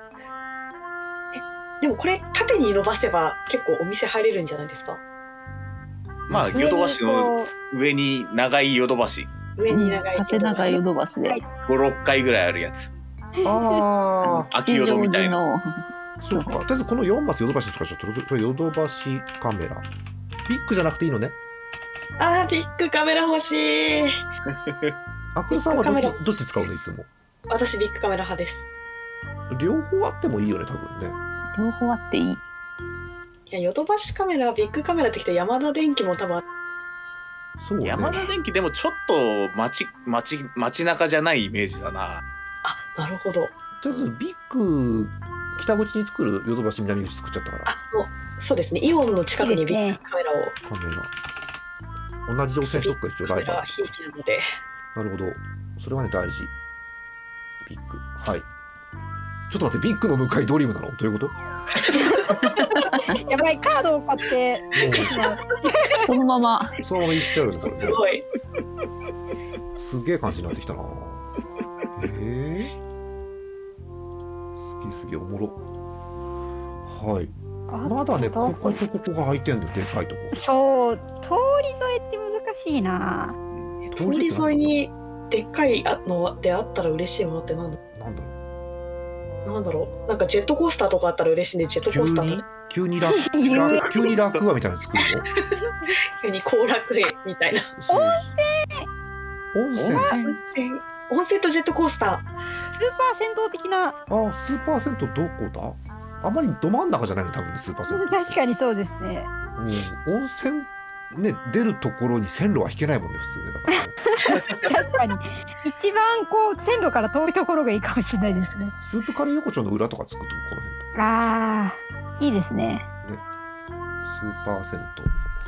でもこれ縦に伸ばせば結構お店入れるんじゃないですか？ まあヨドバシの上に長いヨドバシ。 上に長い縦長いヨドバシでご、ろっかいぐらいあるやつ。 ああ、秋ヨドみたいな。 そうか。とりあえずこのよんマスヨドバシとかちょっとヨドバシカメラ。ビッグじゃなくていいのね。 あービッグカメラ欲しい。 アクルさんはどっちどっち使うのいつも？ 私ビッグカメラ派です。 両方あってもいいよね多分ね。 両方あっていい。いやヨドバシカメラビッグカメラってきてヤマダ電機も多分そうね。 ヤマダ電機でもちょっと街街街中じゃないイメージだな。 あ、なるほど。 とりあえずビッグ北口に作るヨドバシ南口作っちゃったから。 あ、もうそうですね。イオンの近くにビッグカメラを。 カメラ。同じ乗船ストックが一応ライバル。 カメラひいきなので。 なるほど。それはね大事。ビッグ。はい。ちょっと待ってビッグの向かいドリームなの？どういうこと？ やばいカードを買って。 そのまま。 そのまま行っちゃうよね。 すごい。 すげえ感じになってきたな。ええー。すげえすげえおもろ。はい。 まだねこことここが空いてんのよ、でかいとこ。 そう、通り沿いって難しいな。 通り沿いにでっかいのであったら嬉しいものってなんだなんだろうなんだろうなんかジェットコースターとかあったら嬉しいんで、ジェットコースターとか急に楽楽急に楽話みたいなの作るの急に行楽園みたいな。 温泉温泉温泉とジェットコースター、 スーパー銭湯的な。 あ、スーパー銭湯どこだ。あまりど真ん中じゃないの多分ね、スーパー銭湯。 確かにそうですね。 うん、温泉ね、出るところに線路は引けないもんね、普通ね。だから確かに一番こう線路から遠いところがいいかもしれないですね。 スープカレー横丁の裏とか作っとく、この辺とか。 ああ、いいですね。 ね、スーパー銭湯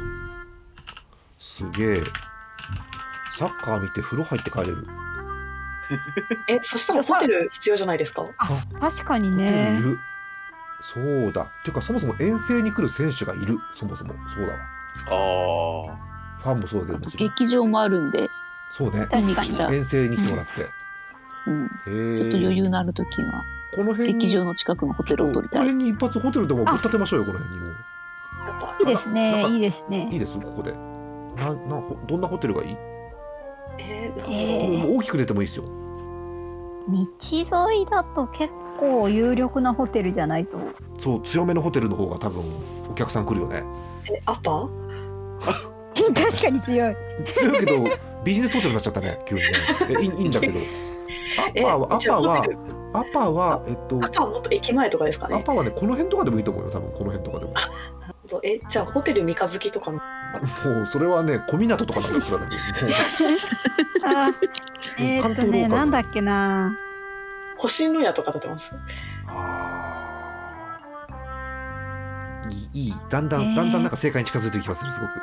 すげえ。サッカー見て風呂入って帰れる。 え、そしたらホテル必要じゃないですか。 あ、確かにホテルねい。る。そうだ。っていうかそもそも遠征に来る選手がいる。そもそもそうだわ。 あファンもそうだけどもちろん。 劇場もあるんで、 そうね。 確かに。 遠征に来てもらって。 うん、 へちょっとえ。 余裕のある時はこの辺に劇場の近くのホテルを取りたい。 この辺に一発ホテルでもぶっ立てましょうよ、この辺にも。 やっぱいいですね。 なんかいいですいいね。 ですここで。ななほどんなホテルがいい？ えーなんだろうえーもう大きく出てもいいですよ。 道沿いだと結構有力なホテルじゃないと。 そう強めのホテルの方が多分お客さん来るよね。 えアパ確かに強い。 強いけどビジネスホテルになっちゃったね急にね。えいいいいんだけど。アえパーはアじゃあパーはホテルアパーはえっとアパはもっと駅前とかですかね。 アパーはねこの辺とかでもいいと思うよ多分この辺とかでも。 えじゃあホテル三日月とかのもうそれはね小湊とかなんだよそれはね。もあーえーっとね、なんだっけな。 星の屋とか建てます。 うああいいいいだんだん、 えーだんだんなんか正解に近づいてる気がするすごく。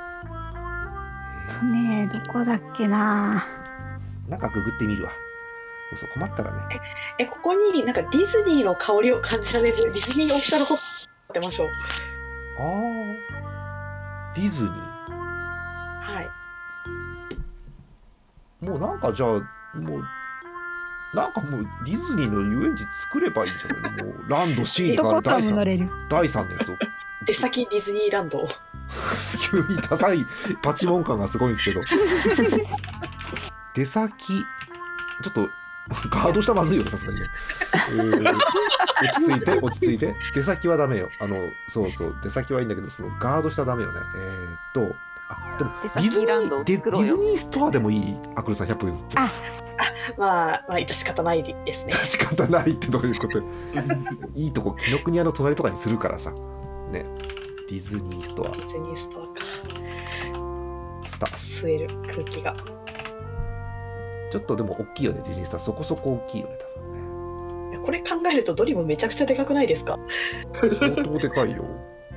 とね、どこだっけな。 なんかググってみるわ。そうそう困ったらね。 えここになんかディズニーの香りを感じられるディズニーオフィシャルホテル建てましょう。 ああディズニー。 はい。 もうなんかじゃあもうなんかもうディズニーの遊園地作ればいいんじゃないの。もうランド C に変わるどこか第三も乗れる。 第三のやつを。 出先ディズニーランド。 急にダサいパチモン感がすごいんですけど。出先ちょっとガードしたらまずいよねさすがにね。えー落ち着いて落ち着いて。出先はダメよ。あのそうそう出先はいいんだけどそのガードしたらダメよね。えー、っとあでも出ディズニ先ランドをーデ作ろうよディズニーストアでもいい。アクルさんひゃっぷ譲って。 あまあまあ致し方ないですね。 仕方ないってどういうことよ。いいとこ紀ノ国屋の隣とかにするからさね。ディズニーストアディズニーストアか。 スタ吸える空気が。 ちょっとでも大きいよね。ディズニーストアそこそこ大きいよね多分ね。 これ考えるとドリムめちゃくちゃでかくないですか。 相当でかいよ。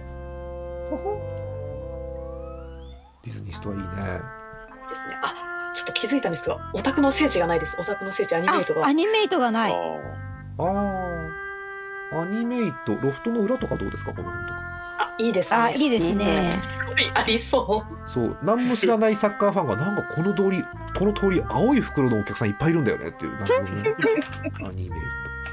ディズニーストアいいね。 ですね。あちょっと気づいたんですけどオタクの聖地がないです。オタクの聖地アニメイトあ、 が。 アニメイトがあない。 ああアニメイトロフトの裏とかどうですかこの辺とか。 あいいですあ、 ね。 いいですね。 すごいありそう。 そう何も知らないサッカーファンがなんかこの通りこの通り青い袋のお客さんいっぱいいるんだよねっていう謎のねアニメイト。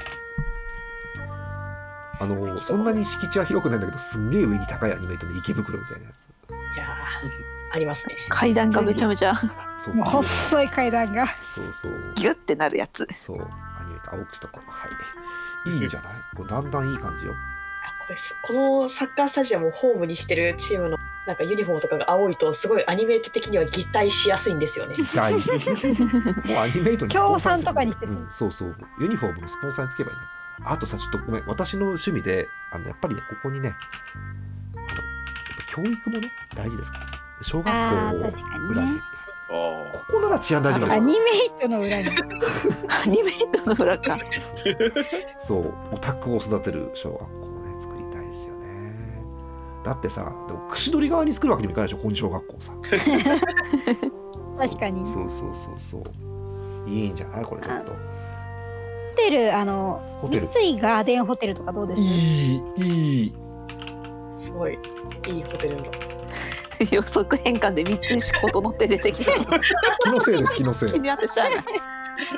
あのそんなに敷地は広くないんだけどすんげえ上に高いアニメイトの池袋みたいなやつ。 いやーありますね。 階段がめちゃめちゃそうもう細い階段が。 そうそうギュッてなるやつ。 そうアニメイト青くしとこう。はいいいんじゃないこうだんだんいい感じよ。 あこれすこのサッカースタジアムをホームにしてるチームのなんかユニフォームとかが青いとすごいアニメイト的には擬態しやすいんですよね。 擬態もうアニメイトにスポンサーつけ協賛とかにしてうん、そうそうユニフォームのスポンサーにつけばいいな。あとさちょっとごめん私の趣味であのやっぱりねここにねあのやっぱ教育もね大事ですから小学校あーを確かにね裏にあここなら治安大丈夫だよ。 アニメイトの裏に。 アニメイトの裏か。 そうオタクを育てる小学校をね作りたいですよね。だってさでも串取り側に作るわけにもいかないでしょここに小学校さ。 確かに。ホそうそうそうそういいんじゃないこれちょっとテル、あのホテル三井ガーデンホテルとかどうです？ いいいいすごいいいホテルの。 予測変換でみっつし整って出てきた。 気のせいです気のせい。 気になってしゃあない。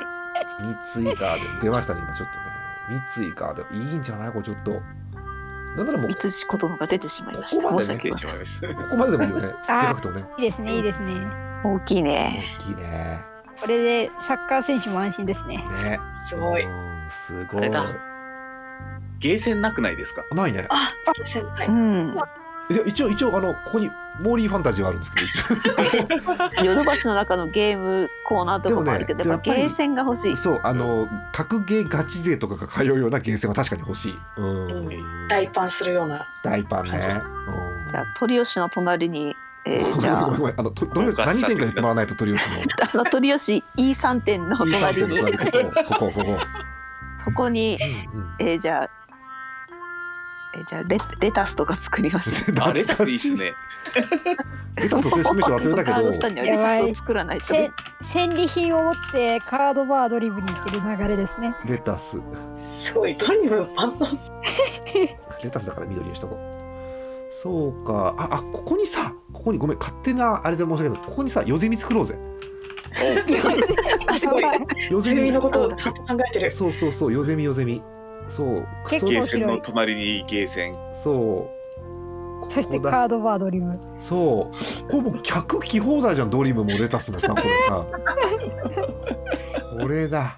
三井ガーデン出ましたね今ちょっとね三井ガーデンいいんじゃないこれちょっとなんならもう三つことのが出てしまいました。 ここまでね申し訳ございません。 ここまででもいいよね。でかくてもね。 いいですねいいですね。 大きいね。 大きいね。 これでサッカー選手も安心ですね。 ね。 すごい。 うんすごい。 あれだゲーセンなくないですか？ ないね。 あ、先輩う。ん。 いや一応一応あのここにモーリーファンタジーはあるんですけど。 ヨドバシの中のゲームコーナーとかもあるけど、 でもねやっぱゲーセンが欲しい。 そうあの格ゲーガチ勢とかが通うようなゲーセンは確かに欲しい。うん。 うん大パンするような。 大パンね。 感じうんじゃあ鳥吉の隣に、えー、じゃあごめんごめんあのとどれ何店か言ってもらわないと鳥吉の。 あの鳥吉 イースリー 店の隣にここここここ。 そこに、 うんうんえー、じゃあ、えー、じゃあ レ, レタスとか作ります。 あレタスいいっ懐かしい。 すね。 レタスの正式名称忘れたけカードど。 下にはレタスを作らないと。 せ戦利品を持ってカードバードリブに行ける流れですね。 レタス。 すごい。ドリブ万能。 レタスだから緑にしとこう。そうか。ああここにさここにごめん勝手なあれで申し訳ないけどここにさヨゼミ作ろうぜ。 あ、すごい。 ヨゼミ住民のことをちゃんと考えてる。 そうそうそうヨゼミヨゼミ。そうクソ結構ゲーセンの隣にゲーセン。 そう。 そしてここだカードバードリブ。 そうこれもう客来放題じゃんドリムもレタスもさこれさこれだ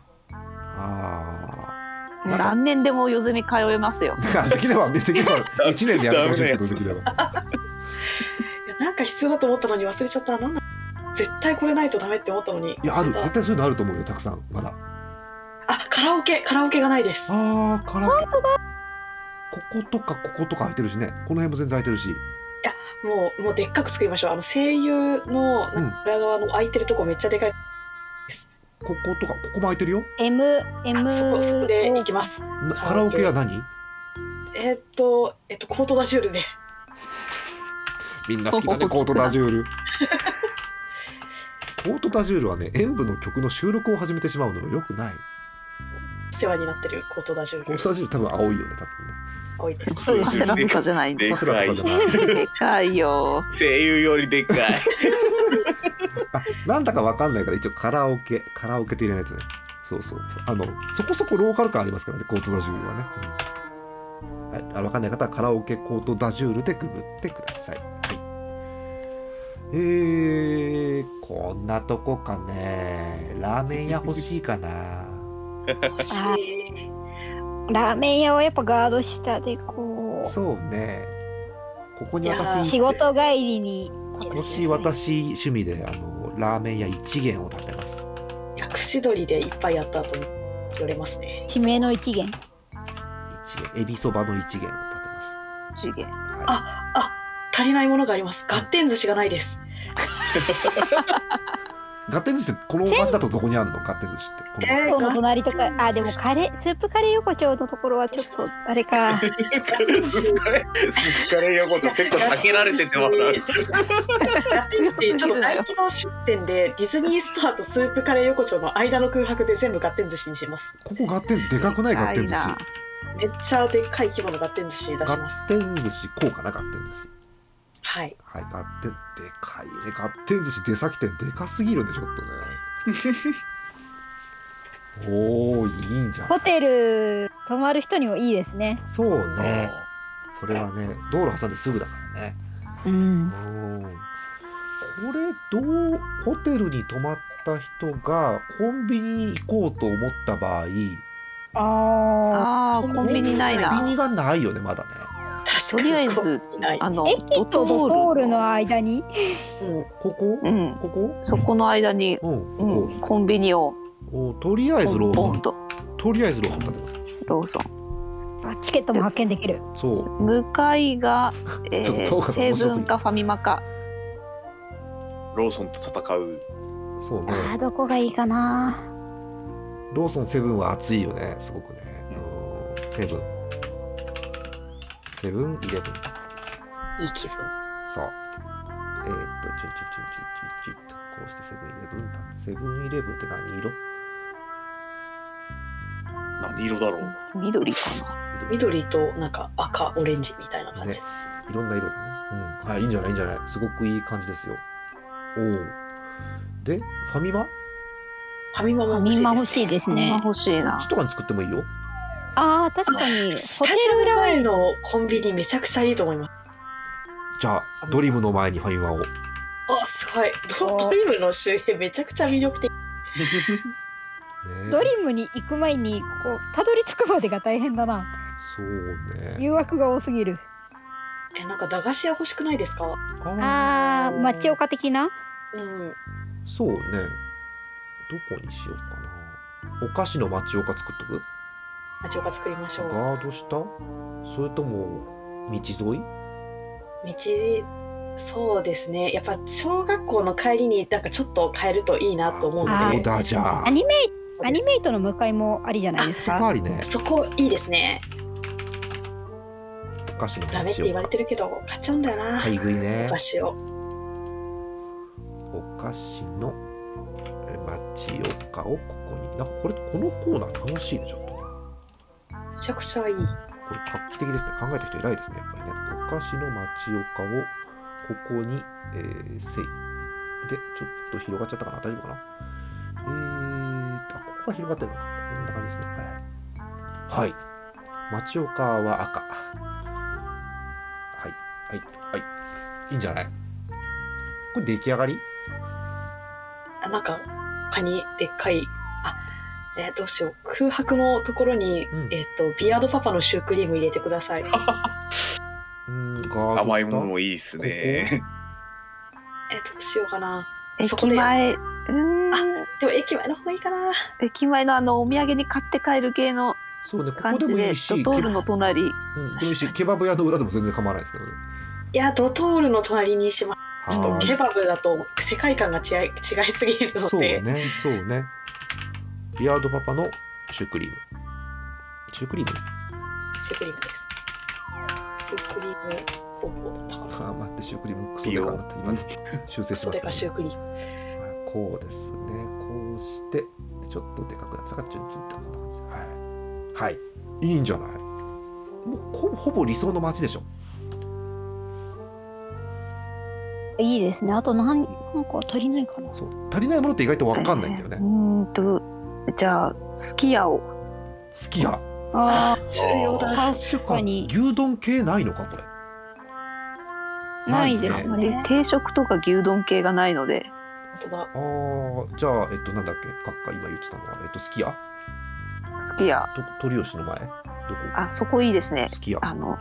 あもう何年でもヨゼミ通えますよ。 あできればできればいちねんでやめてほしいですけどできればいやなんか必要だと思ったのに忘れちゃった。なんだ。絶対これないとダメって思ったのに。 いやある忘れた絶対そういうのあると思うよたくさんまだあ、カラオケカラオケがないです。 あーカラオケこことかこことか空いてるしねこの辺も全然空いてるしもうもうでっかく作りましょう。あの声優のうん裏側の空いてるとこめっちゃでかい。 こことかここも空いてるよ M M あそこそこで行きます。 なカラオケは何えーっとえっとコートダジュールで。 みんな好きだねコートダジュールコートダジュールはね演舞の曲の収録を始めてしまうのがよくない世話になってるコートダジュール。 コートダジュール多分青いよね多分ね多いです。 パセラとかじゃないんで。 でパセラかいとかじゃないでかいよ。 声優よりでかい。 あなんだかわかんないから一応カラオケカラオケって入れないとねそうそうあのそこそこローカル感ありますからねコートダジュールはね、うんはい、あわかんない方はカラオケコートダジュールでググってください、はい、えー、こんなとこかねラーメン屋欲しいかな欲しい。 ラーメン屋はやっぱガード下でこそうねここにいやう私仕事帰りに今年私趣味であのラーメン屋一元を食べます薬師鳥でいっぱいやった後に寄れますね。 地名の一元。 一元エビそばの一元を食べます次元。 はああ足りないものがあります。ガッテン寿司がないです。 い、ガッテン寿司ってこの街だとどこにあるのガッテン寿司ってこのえーその隣とかあでもカレースープカレー横丁のところはちょっとあれか。 スープカレースープカレー横丁結構避けられててもらう。 ガッテン寿司ちょっと大規模出店でディズニーストアとスープカレー横丁の間の空白で全部ガッテン寿司にします。 ここガッテンでかくないガッテン寿司いいな。 めっちゃでっかい規模のガッテン寿司出しガます。 ッテン寿司こうかなガッテン寿司はい。 はいガッテンでかいねガッテン寿司出先店でかすぎるねちょっとねおーいいんじゃんホテル泊まる人にもいいですね。 そうねそれはね道路挟んですぐだからねうん。 うんこれどうホテルに泊まった人がコンビニに行こうと思った場合あああコンビニないコンビニな。 がないよねまだねとりあえずない。 あのあ。駅とドトールの間に。 うん。 ここ、 うんここそこの間に、 うんうこん、コンビニをこ、おとりあえずローソンポンととりあえずローソン立てますローソン。 あチケットも発券できる。 そう向かいが、えちょっと遠かったー、セ面白すぎるブンかファミマか。 ローソンと戦う。 そうねあーどこがいいかな。 ローソンセブンは暑いよねすごくねうんセブンセブンイレブンいい気分。 そうえー、っとチュンチュンチュンチュンチュンチュンとこうしてセブンイレブンだセブンイレブンって何色何色だろう。 緑かな。 緑となんか赤オレンジみたいな感じ。 ねいろんな色だねうんはいいいんじゃないいいんじゃないすごくいい感じですよおおでファミマファミマもみんな欲しいい。 ですこんなね。 欲しいなこっち。とかに作ってもいいよああ確かにホテスタジアムル裏は前のコンビニめちゃくちゃいいと思います。 じゃあドリムの前にファミマを。 あすごい。ドドリムの周辺めちゃくちゃ魅力的。 ねドリムに行く前にこうたどり着くまでが大変だな。 そうね。 誘惑が多すぎる。 えなんか駄菓子屋欲しくないですか？ あー町岡的な。 うん。 そうね。どこにしようかな。お菓子の町岡作っとく？ 町岡作りましょう。 ガード下？それとも道沿い？ 道そうですね。やっぱ小学校の帰りになんかちょっと変えるといいなと思うので。 ここだじゃあ。 アニメアニメイトの向かいもありじゃないですそか。 こありね。 そこいいですね。 お菓子のダメって言われてるけど買っちゃうんだよな。 買い食いねお。菓子を。 お菓子のえ町岡をここに。なんかこれこのコーナー楽しいねちょっと。 めちゃくちゃいい。 これ画期的ですね。考えた人偉いですねやっぱりね。お菓子の町岡をここに、えー、せいでちょっと広がっちゃったかな。大丈夫かな。えーあここが広がってるのか。こんな感じですね。はい、はい、町岡は赤。はいはいはいいいんじゃない。これ出来上がり。 あなんか他にでっかいあ、えーどうしよう。空白のところに、 うんえっ、とビアードパパのシュークリーム入れてください。 うんガード下甘いものもいいですね。 えどうしようかな。そこ駅で前うーんでも駅前の方がいいかな。 駅前のあのお土産に買って帰る系のそうねここ感じででもいいしドトールの隣うん、でもいいしケバブ屋の裏でも全然構わないですけどね。 いやドトールの隣にします。ちょっとはーいケバブだと世界観が違い違いすぎるのそうで、 ねそうね。ビアードパパのシュークリーム。シュークリームシュークリームです。シュークリーム方法だったかな。 あ待ってシュークリームクソでかなって今ね修正しそれましたね。 かシュークリーム。 こうですね。こうしてちょっとでかくなったかチュンチュンってこんな感じで。はいはいいいんじゃない。もうほほぼ理想の街でしょ。 いいですね。あと何なんか足りないかな。 そう足りないものって意外と分かんないんだよね。 うーんとじゃあすき家をすき家。 あ重要だ。 あ確かに牛丼系ないのかこれ。 ないですね。 でね。 定食とか牛丼系がないので本当だ。 あーじゃあえっとなんだっけカッカ今言ってたのはえっとすき家すき家と鳥吉の前どこあそこいいですね。 すき家あの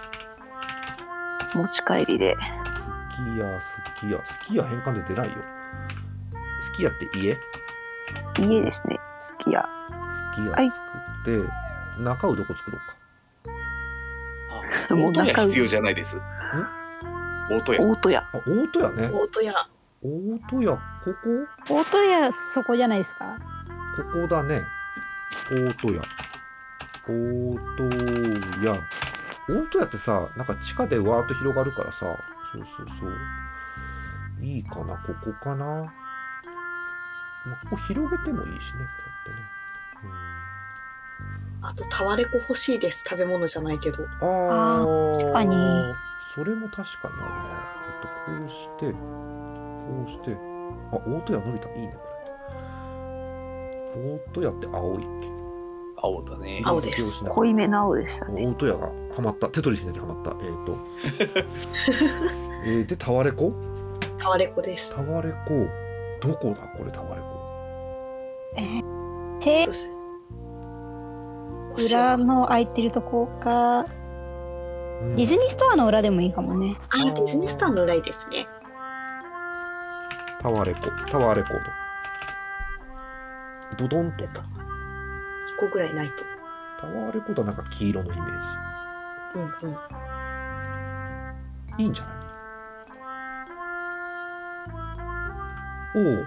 持ち帰りですき家すき家すき家変換で出ないよ。すき家って家家ですね。すき家すき家はい作って、中をどこ作ろうか。 もう大戸屋中必要じゃないです。大戸屋。 大戸屋あ大戸屋ね。 大戸屋。 大戸屋ここ大戸屋そこじゃないですか。 ここだね。大戸屋大戸屋大戸屋ってさなんか地下でわーっと広がるからさそうそうそういいかなここかな、まあ、ここ広げてもいいしねこうやってねあとタワレコ欲しいです。食べ物じゃないけど。 うんあー確かにそれも確かにあるな。えっとこうしてこうしてあ大戸屋伸びたいいねこれ。大戸屋って青いっけ。 青だね。 青です色付けをしながら濃いめな青でしたね。 大戸屋がハマったテトリスみたいにハマったえっ、とえーでタワレコタワレコです。 タワレコどこだこれタワレコ手どうし裏の空いてるとこか、 うんディズニーストアの裏でもいいかもね。 あーディズニースターの裏いいですね。 タワレコタワレコードドドンとやっぱいっこぐらいないと。 タワレコードはなんか黄色のイメーうんうん。 ジいいんじゃない。おお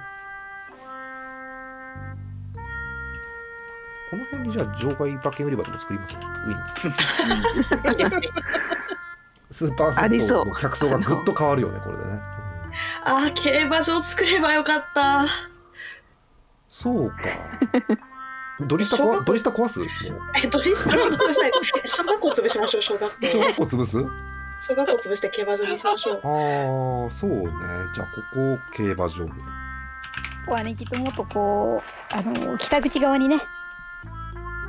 この辺にじゃあ場外馬券売り場でも作りますねウィンズいいですね。 スーパーありそうセットの客層がぐっと変わるよねこれでね、うんあー競馬場作ればよかった。 そうかドリスタ小学校壊ドリスタ壊すもうえドリスターのしたい。小学校潰しましょう。小学校。 小学校潰す小学校潰して競馬場にしましょう。 ああそうねじゃあここ競馬場ここはねきっともっとこうあの北口側にね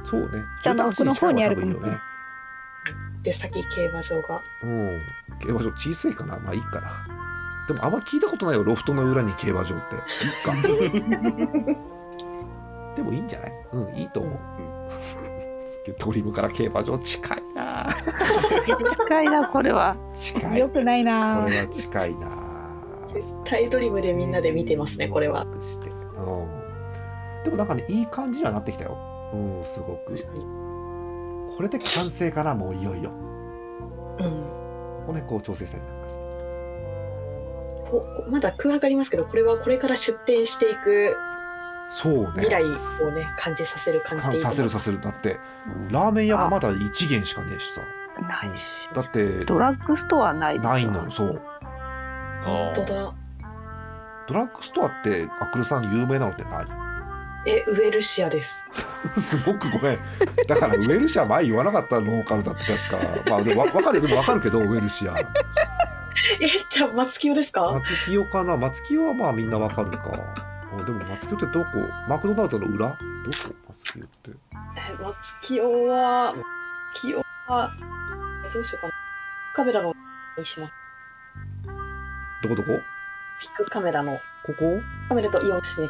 そうね。 下の奥の方にあるかも住宅地に近い方が多分いいよね。 出先競馬場が。 うん。競馬場小さいかな。まあいいかな。でもあんま聞いたことないよ、ロフトの裏に競馬場って。いいか。でもいいんじゃない？うん、いいと思う。ドリームから競馬場近いな。 近いなこれは。 近い。 よくないな。 これは近いな。 絶対ドリームでみんなで見てますねこれは。 してうん、でもなんかねいい感じにはなってきたよ。うん、すごく。これで完成かな、もういよいよ。 うん。 これこう調整したりなんかして。 こまだ空白ありますけど、これはこれから出店していく。 そうね。 未来をね感じさせる感じでいいと思う。 させるさせる。だってラーメン屋がまだ一軒しかねえしさ。 ないし。 だってドラッグストアないですよ。 ないのよ。そう。 本当だ。 ドラッグストアってアクルさん有名なのって何？ え、ウエルシアです。 すごくごめん。だからウエルシア前言わなかったローカルだって確か。まあでもわかるでもわかるけどウエルシア。 え、じゃあ松清ですか？ 松清かな。松清はまあみんなわかるか。でも松清ってどこ？マクドナルドの裏？どこ？松清って。 え、松清は清はえどうしようかな。カメラのにします。 どこどこ？ ビッグカメラの。 ここ？ カメラとイオンシネ。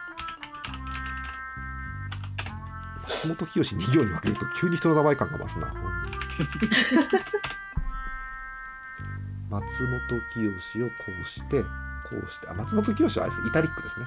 松本清に行に分けると急に人の名前感が増すな。松本清をこうしてこうしてあ松本清はあれですイタリックですね。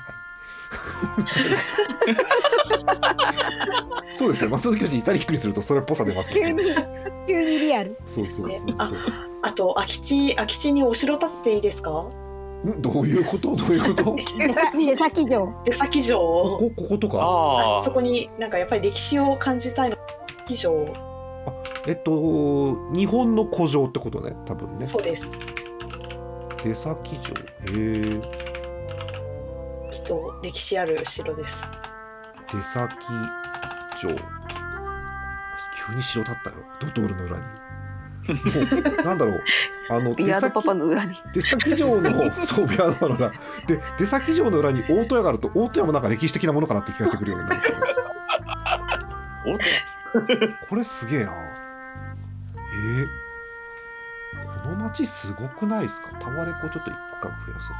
はい、そうですね。松本清イタリックにするとそれっぽさ出ますよね。 急に急にリアル。 そうそうそうそう。 あ, あと空き地空き地にお城建てていいですか？ んどういうことどういうこと？ 出先城。 出先城。 こここことか。 ああそこになんかやっぱり歴史を感じたいの。出先城。 あえっと日本の古城ってことね多分ね。 そうです。 出先城。へえ。 きっと歴史ある城です。 出先城。急に城立ったよ。ドトールの裏に。もうなんだろうあのビアードパパの裏に出先城のそうビアードパパの裏で出先城の裏に大戸屋があると大戸屋もなんか歴史的なものかなって気がしてくるようになる。 大戸屋これすげえな。えー、この町すごくないですか？タワレコちょっと一区画増やそう。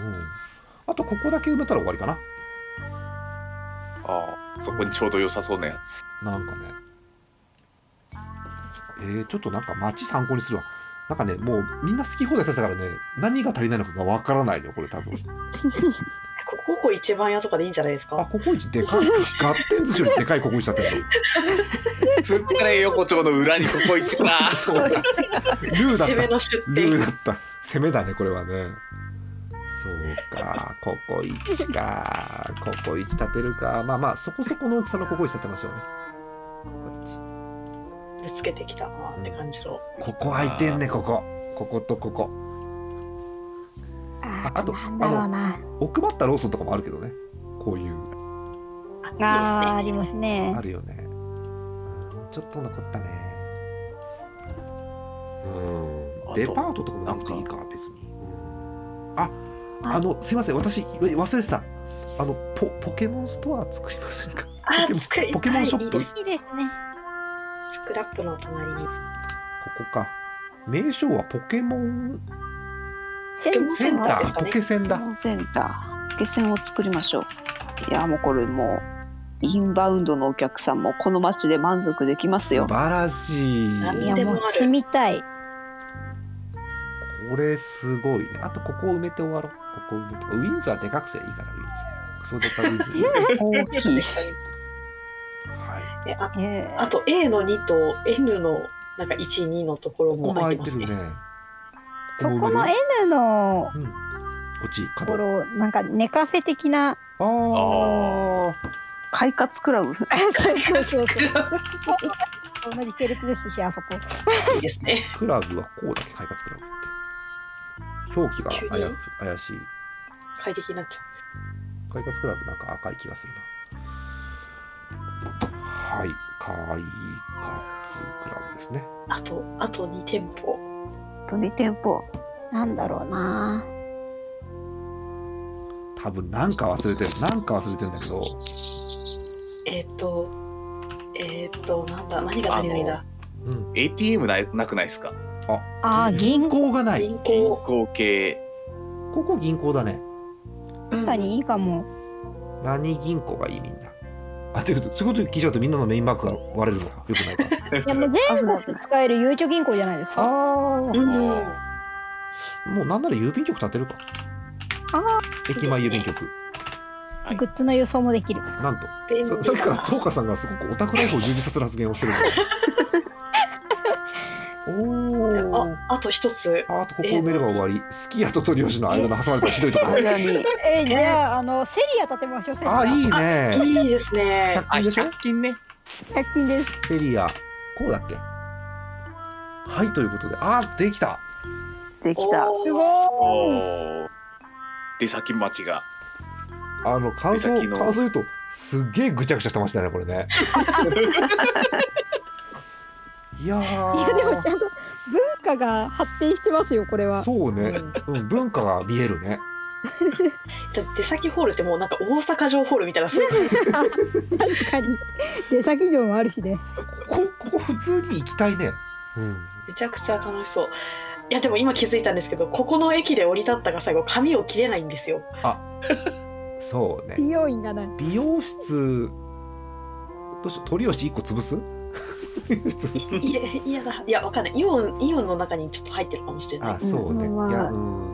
うん。あとここだけ埋めたら終わりかな。 ああそこにちょうど良さそうなやつ。 なんかね。えー、ちょっとなんか街参考にするわ。なんかねもうみんな好き放題させたからね何が足りないのかがわからないのよこれ多分。 ここ一番屋とかでいいんじゃないですか？ あココイチでかいガッテン寿司よりでかいココイチだったよ。 つっかれ横丁の裏にココイチか。 そうだ。ルーだった。 攻めの出ル店。 ーだった。攻めだねこれはね。そうかココイチかココイチ立てるかまあまあそこそこの大きさのココイチ立てましょうね。ココイチ。 ぶつけてきたなって感じの。 ここ空いてんねこここことここ。 ああとなんだろうな。 奥まったローソンとかもあるけどねこういう。 ああーありますね。 あるよね。ちょっと残ったね。うん。デパートとかもなんかいいか別に。うん、ああのすいません私忘れてた。あの ポ, ポケモンストア作りませんか？ あ作りポケモンショップ。 いいですいいですね。 スクラップの隣に。 ここか。名称はポケモンセンセンター、 ですかねポケセンだ。 ポケモンセンターポケセンを作りましょう。いやもうこれもうインバウンドのお客さんもこの街で満足できますよ。 素晴らしい。 何いやもう住みたい。 これすごいね。あとここを埋めて終わろう。ここを埋めて。ウィンズはでかくせいいからウィンズ。クソデカウィンズ。 大きい。 はであえーあと エー のにと エヌ のなんかいち、にのところい。ここもも空いてますね。 空いてるね。 そこの N のうん。こっちとこ角。 ろなんかネカフェ的な。 ああ。 快活クラブ。 そうそうそう。同じ系列ですしあそこ。 いいですね。 クラブはこうだけ快活クラブって。表記が急に怪怪しい。 快適になっちゃ快活クラブなんか赤い気がするな。はい。快活クラブですね。 う。あとあとに店舗。 とに店舗。 なんだろうな。 多分なんか忘れてる。なんか忘れてるんだけど。 えっ、とえー、っとなんだ何が足りないんだ。 うん、 エーティーエム な, なくないですか？ あ、 銀行がない。 銀銀行行系。 ここ銀行だね。 確かにいいかも。 何銀行がいいみんな。あ、ということ、そういうこと聞いちゃうとみんなのメインマークが割れるのか。よくないか。 いやもう全国使えるゆうちょ銀行じゃないですか。 ああ、 うん、 もうなんなら郵便局建てるか。 あ駅前郵便局。 あ、グッズの輸送もできる。 なんと便利ささっきから東花さんがすごくオタクライフを充実させる発言をしてるんだ。おお。 あ、あと一つ。 あとここ埋めれば終わり。すき家と鳥吉の間の挟まれたひどいところ。 え、じゃああのセリア建てましょう。セリア。 あ、いいね。 いいですね。 ひゃく均でしょ？ ひゃく均ね。 ひゃく均です。 セリアこうだっけ？はい、ということで、あ、できた。 できた。 おーすごおい。 ー出先待ちが。 あの感想手先の感想言うとすっげえぐちゃぐちゃしてましたねこれね。いやー。 いやでもちゃんと文化が発展してますよこれは。 そうね、うん、文化が見えるね。 だ出先ホールってもうなんか大阪城ホールみたいなそういう確かに出先城もあるしね。 ここここ普通に行きたいね。うん。 めちゃくちゃ楽しそう。いやでも今気づいたんですけど、ここの駅で降り立ったが最後髪を切れないんですよ。 あ、そうね。 美容院がない。 美容室どうしよう、鳥吉いっこ潰す？ いやいやだいやわかんない。イオンイオンの中にちょっと入ってるかもしれない。 あ、そうね。 うんいや、うん、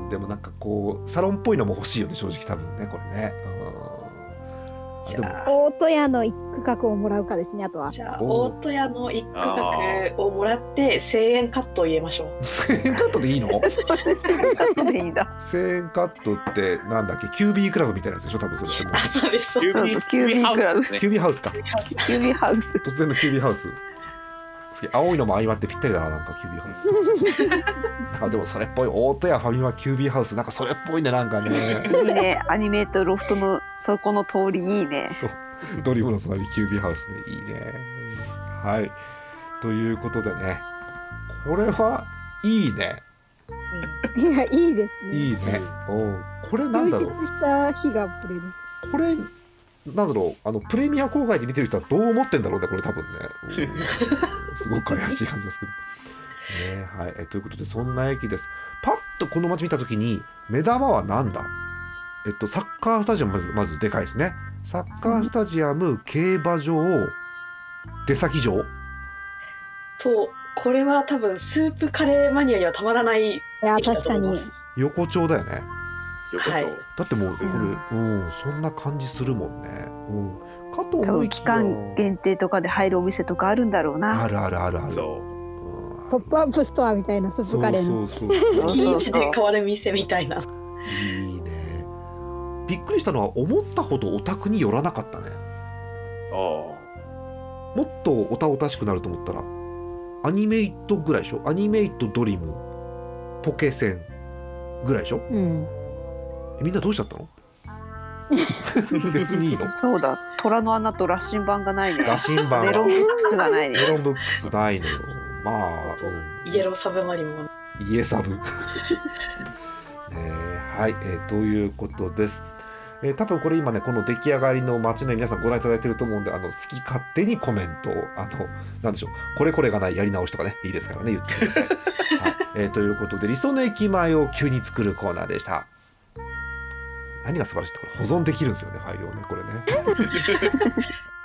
でもなんかこうサロンっぽいのも欲しいよね正直多分ねこれね。うん、でもじゃあ大戸屋の一区画をもらうかですね。あとはじゃあ大戸屋の一区画をもらってせんえんカットを入れましょう。 せんえんカットでいいの？ そうです。カットでいいんだ。 せんえんカットってなんだっけ、キュービークラブみたいなやつでしょ多分それってもうあ、そうですそうです。 そうそうキュービークラブキキュービーハウスか。 キュービーハウス。 突然のキュービーハウス。次青いのも相まってぴったりだな、なんかキュービーハウス。あ、でもそれっぽい。大戸屋ファミマキュービーハウス、なんかそれっぽいね、なんかね。 いいね。アニメートロフトのそこの通りいいね。 そう、ドリームの隣キュービーハウスね、いいね。はい、ということでね、これはいいね。 いやいいですね。 いいね。お、これなんだろう。 充実した日が来れる。 これなんだろう、あのプレミア公開で見てる人はどう思ってんだろうね、これ多分ね。うん、すごく怪しい感じですけど。ね、はい、えということでそんな駅です。パッとこの街見たときに目玉はなんだ。えっとサッカースタジアムまずまずでかいですね。サッカースタジアム、競馬場、出先場。 とこれは多分スープカレーマニアにはたまらない。 いや確かに。 横丁だよね。 横丁、はい、 だってもうこれ、うん、うん、そんな感じするもんね。うん、かと多分期間限定とかで入るお店とかあるんだろうな。 あるあるあるある。 そう、 うん、ポップアップストアみたいなスープカレーの。 そうそうそう。月一で変わる店みたいな。 いいね。びっくりしたのは思ったほどオタクに寄らなかったね。 ああ。 もっとオタオタしくなると思ったらアニメイトぐらいでしょ。アニメイトドリムポケセンぐらいでしょ。 うん。 みんなどうしちゃったの？別にいいの？ そうだ、虎の穴と羅針盤がないね。 羅針盤メロンブックスがないね。 メロンブックスないのよ。まあ、 うん、イエローサブマリンもイエサブねえ、はい、えー、ということです。えー、多分これ今ねこの出来上がりの街の皆さんご覧いただいてると思うんで、あの好き勝手にコメントをあのなんでしょう、これこれがないやり直しとかねいいですからね言ってください。はい、えー、ということで理想の駅前を急に作るコーナーでした。何が素晴らしいってこれ保存できるんですよね、ファイルをねこれね。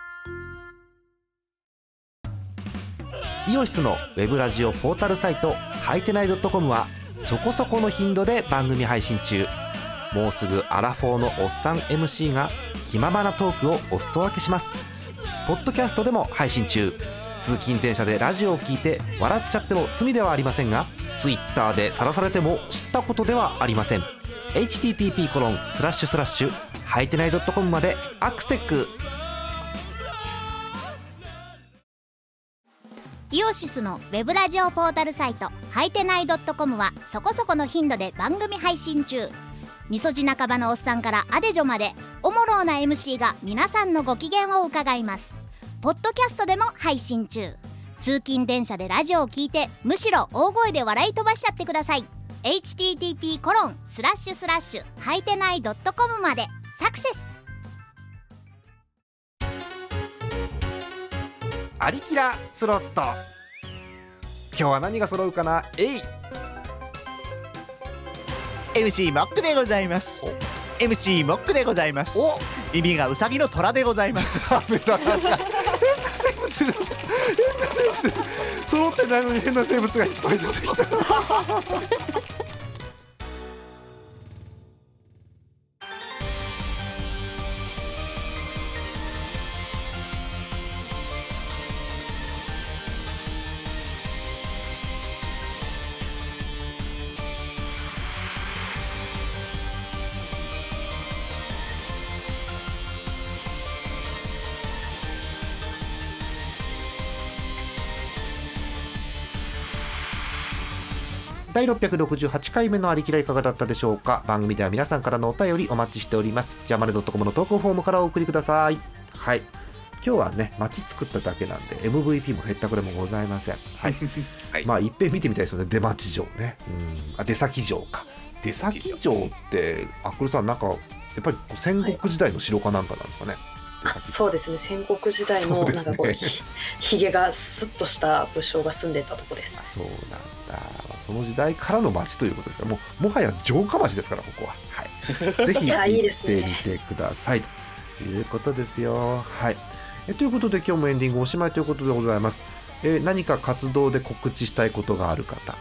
イオシスのウェブラジオポータルサイトはいてない .com はそこそこの頻度で番組配信中。もうすぐアラフォーのおっさん エムシー が気ままなトークをお裾分けします。ポッドキャストでも配信中。通勤電車でラジオを聞いて笑っちゃっても罪ではありませんが、ツイッターで晒されても知ったことではありません。 エイチティーティーピーコロンスラッシュスラッシュはいてない .com までアクセック。 イオシスのウェブラジオポータルサイトはいてない .com はそこそこの頻度で番組配信中。みそじ半ばのおっさんからアデジョまでおもろうな エムシー が皆さんのご機嫌を伺います。ポッドキャストでも配信中。通勤電車でラジオを聞いてむしろ大声で笑い飛ばしちゃってください。 エイチティーティーピーコロンスラッシュスラッシュはいてない .com までサクセス。 アリキラスロット。今日は何が揃うかな。えいエムシー モックでございます。 エムシー モックでございます。耳がウサギの虎でございます。 ダメだ変な生物変な生物揃ってないのに変な生物がいっぱい出てきただいろっぴゃくろくじゅうはちかいめのありきらいかがだったでしょうか。番組では皆さんからのお便りお待ちしております。ジャーマネドットコムの投稿フォームからお送りください。はい、今日はね街作っただけなんで エムブイピー も減ったくれもございません。はい、はい、まあいっぺん見てみたいですよね。出町城ね、うん、あ出先城か。出先城ってアックルさんなんかやっぱり戦国時代の城かなんかなんですかね。 はい、そうですね、戦国時代のなんかこう、ね、ひ, ひげがスッとした武将が住んでたところです。 そうなんだ。その時代からの町ということですから、もうもはや城下町ですからここは、はい、ぜひ行ってみてくださいということですよ。はい、えということで今日もエンディングおしまいということでございます。え何か活動で告知したいことがある方。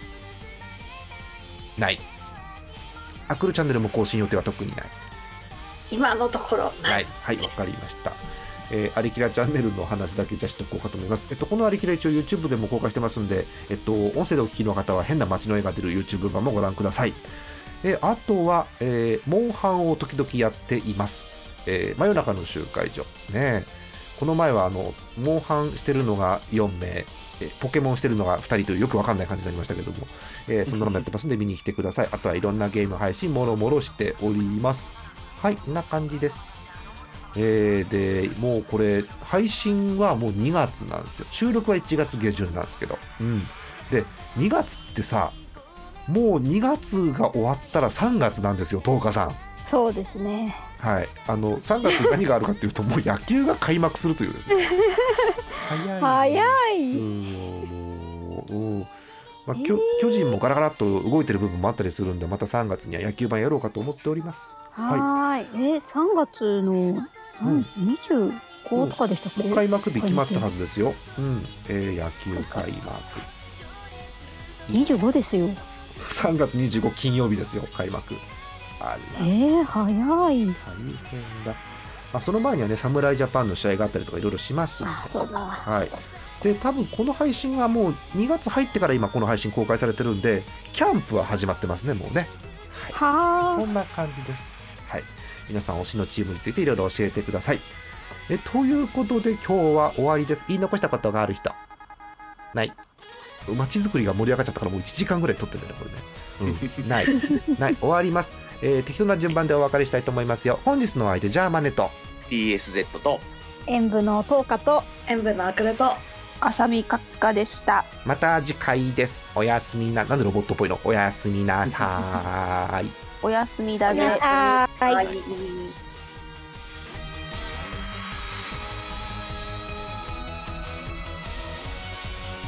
ない。アクルチャンネルも更新予定は特にない。 今のところない。 はい、わかりました。えー、アリキラチャンネルの話だけじゃしておこうかと思います。えっと、このアリキラ一応 YouTube でも公開してますんで、えっと、音声でお聞きの方は変な街の絵が出る YouTube 版もご覧ください。えー、あとは、えー、モンハンを時々やっています。えー、真夜中の集会所。ね、この前はあの、モンハンしてるのがよんめい、えー、ポケモンしてるのがふたりというよくわかんない感じになりましたけども、えー、そんなのもやってますんで見に来てください。あとはいろんなゲーム配信もろもろしております。はい、こんな感じです。えー、でもうこれ配信はもうにがつなんですよ。収録はいちがつげじゅんなんですけど、うん、でにがつってさ、もうにがつが終わったらさんがつなんですよ。とおかさん。 そうですね。 はい、あのさんがつに何があるかっていうともう野球が開幕するというですね早い早いもう、うん、まあ、えー、巨人もガラガラっと動いてる部分もあったりするんで、またさんがつには野球版やろうかと思っております。 はい、えー、さんがつの、うん、にじゅうごとかでしたっけ、 うん、開幕日決まったはずですよ、うん、えー、野球開幕にじゅうごですよ。 さんがつにじゅうご金曜日ですよ、開幕。あら、 えー、早い。大変だ。まあ、その前にはね侍ジャパンの試合があったりとかいろいろしますんで。 あ、そうだ。 はい、で多分この配信はもうにがつ入ってから今この配信公開されてるんで、キャンプは始まってますねもうね。はい、そんな感じです。はい、皆さん推しのチームについていろいろ教えてください。えということで今日は終わりです。言い残したことがある人ない。街づくりが盛り上がっちゃったからもういちじかんぐらい撮ってるんだよねこれね、うん、ないない終わります。えー、適当な順番でお別れしたいと思いますよ。本日の相手ジャーマネとティーエスゼット と演舞のトーカと演舞のアクルとあさみ閣下でした。 また次回です。おやすみな。なんでロボットっぽいの。おやすみなさいおやすみだぜ。 はい。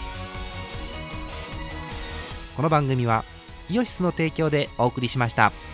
この番組はイオシスの提供でお送りしました。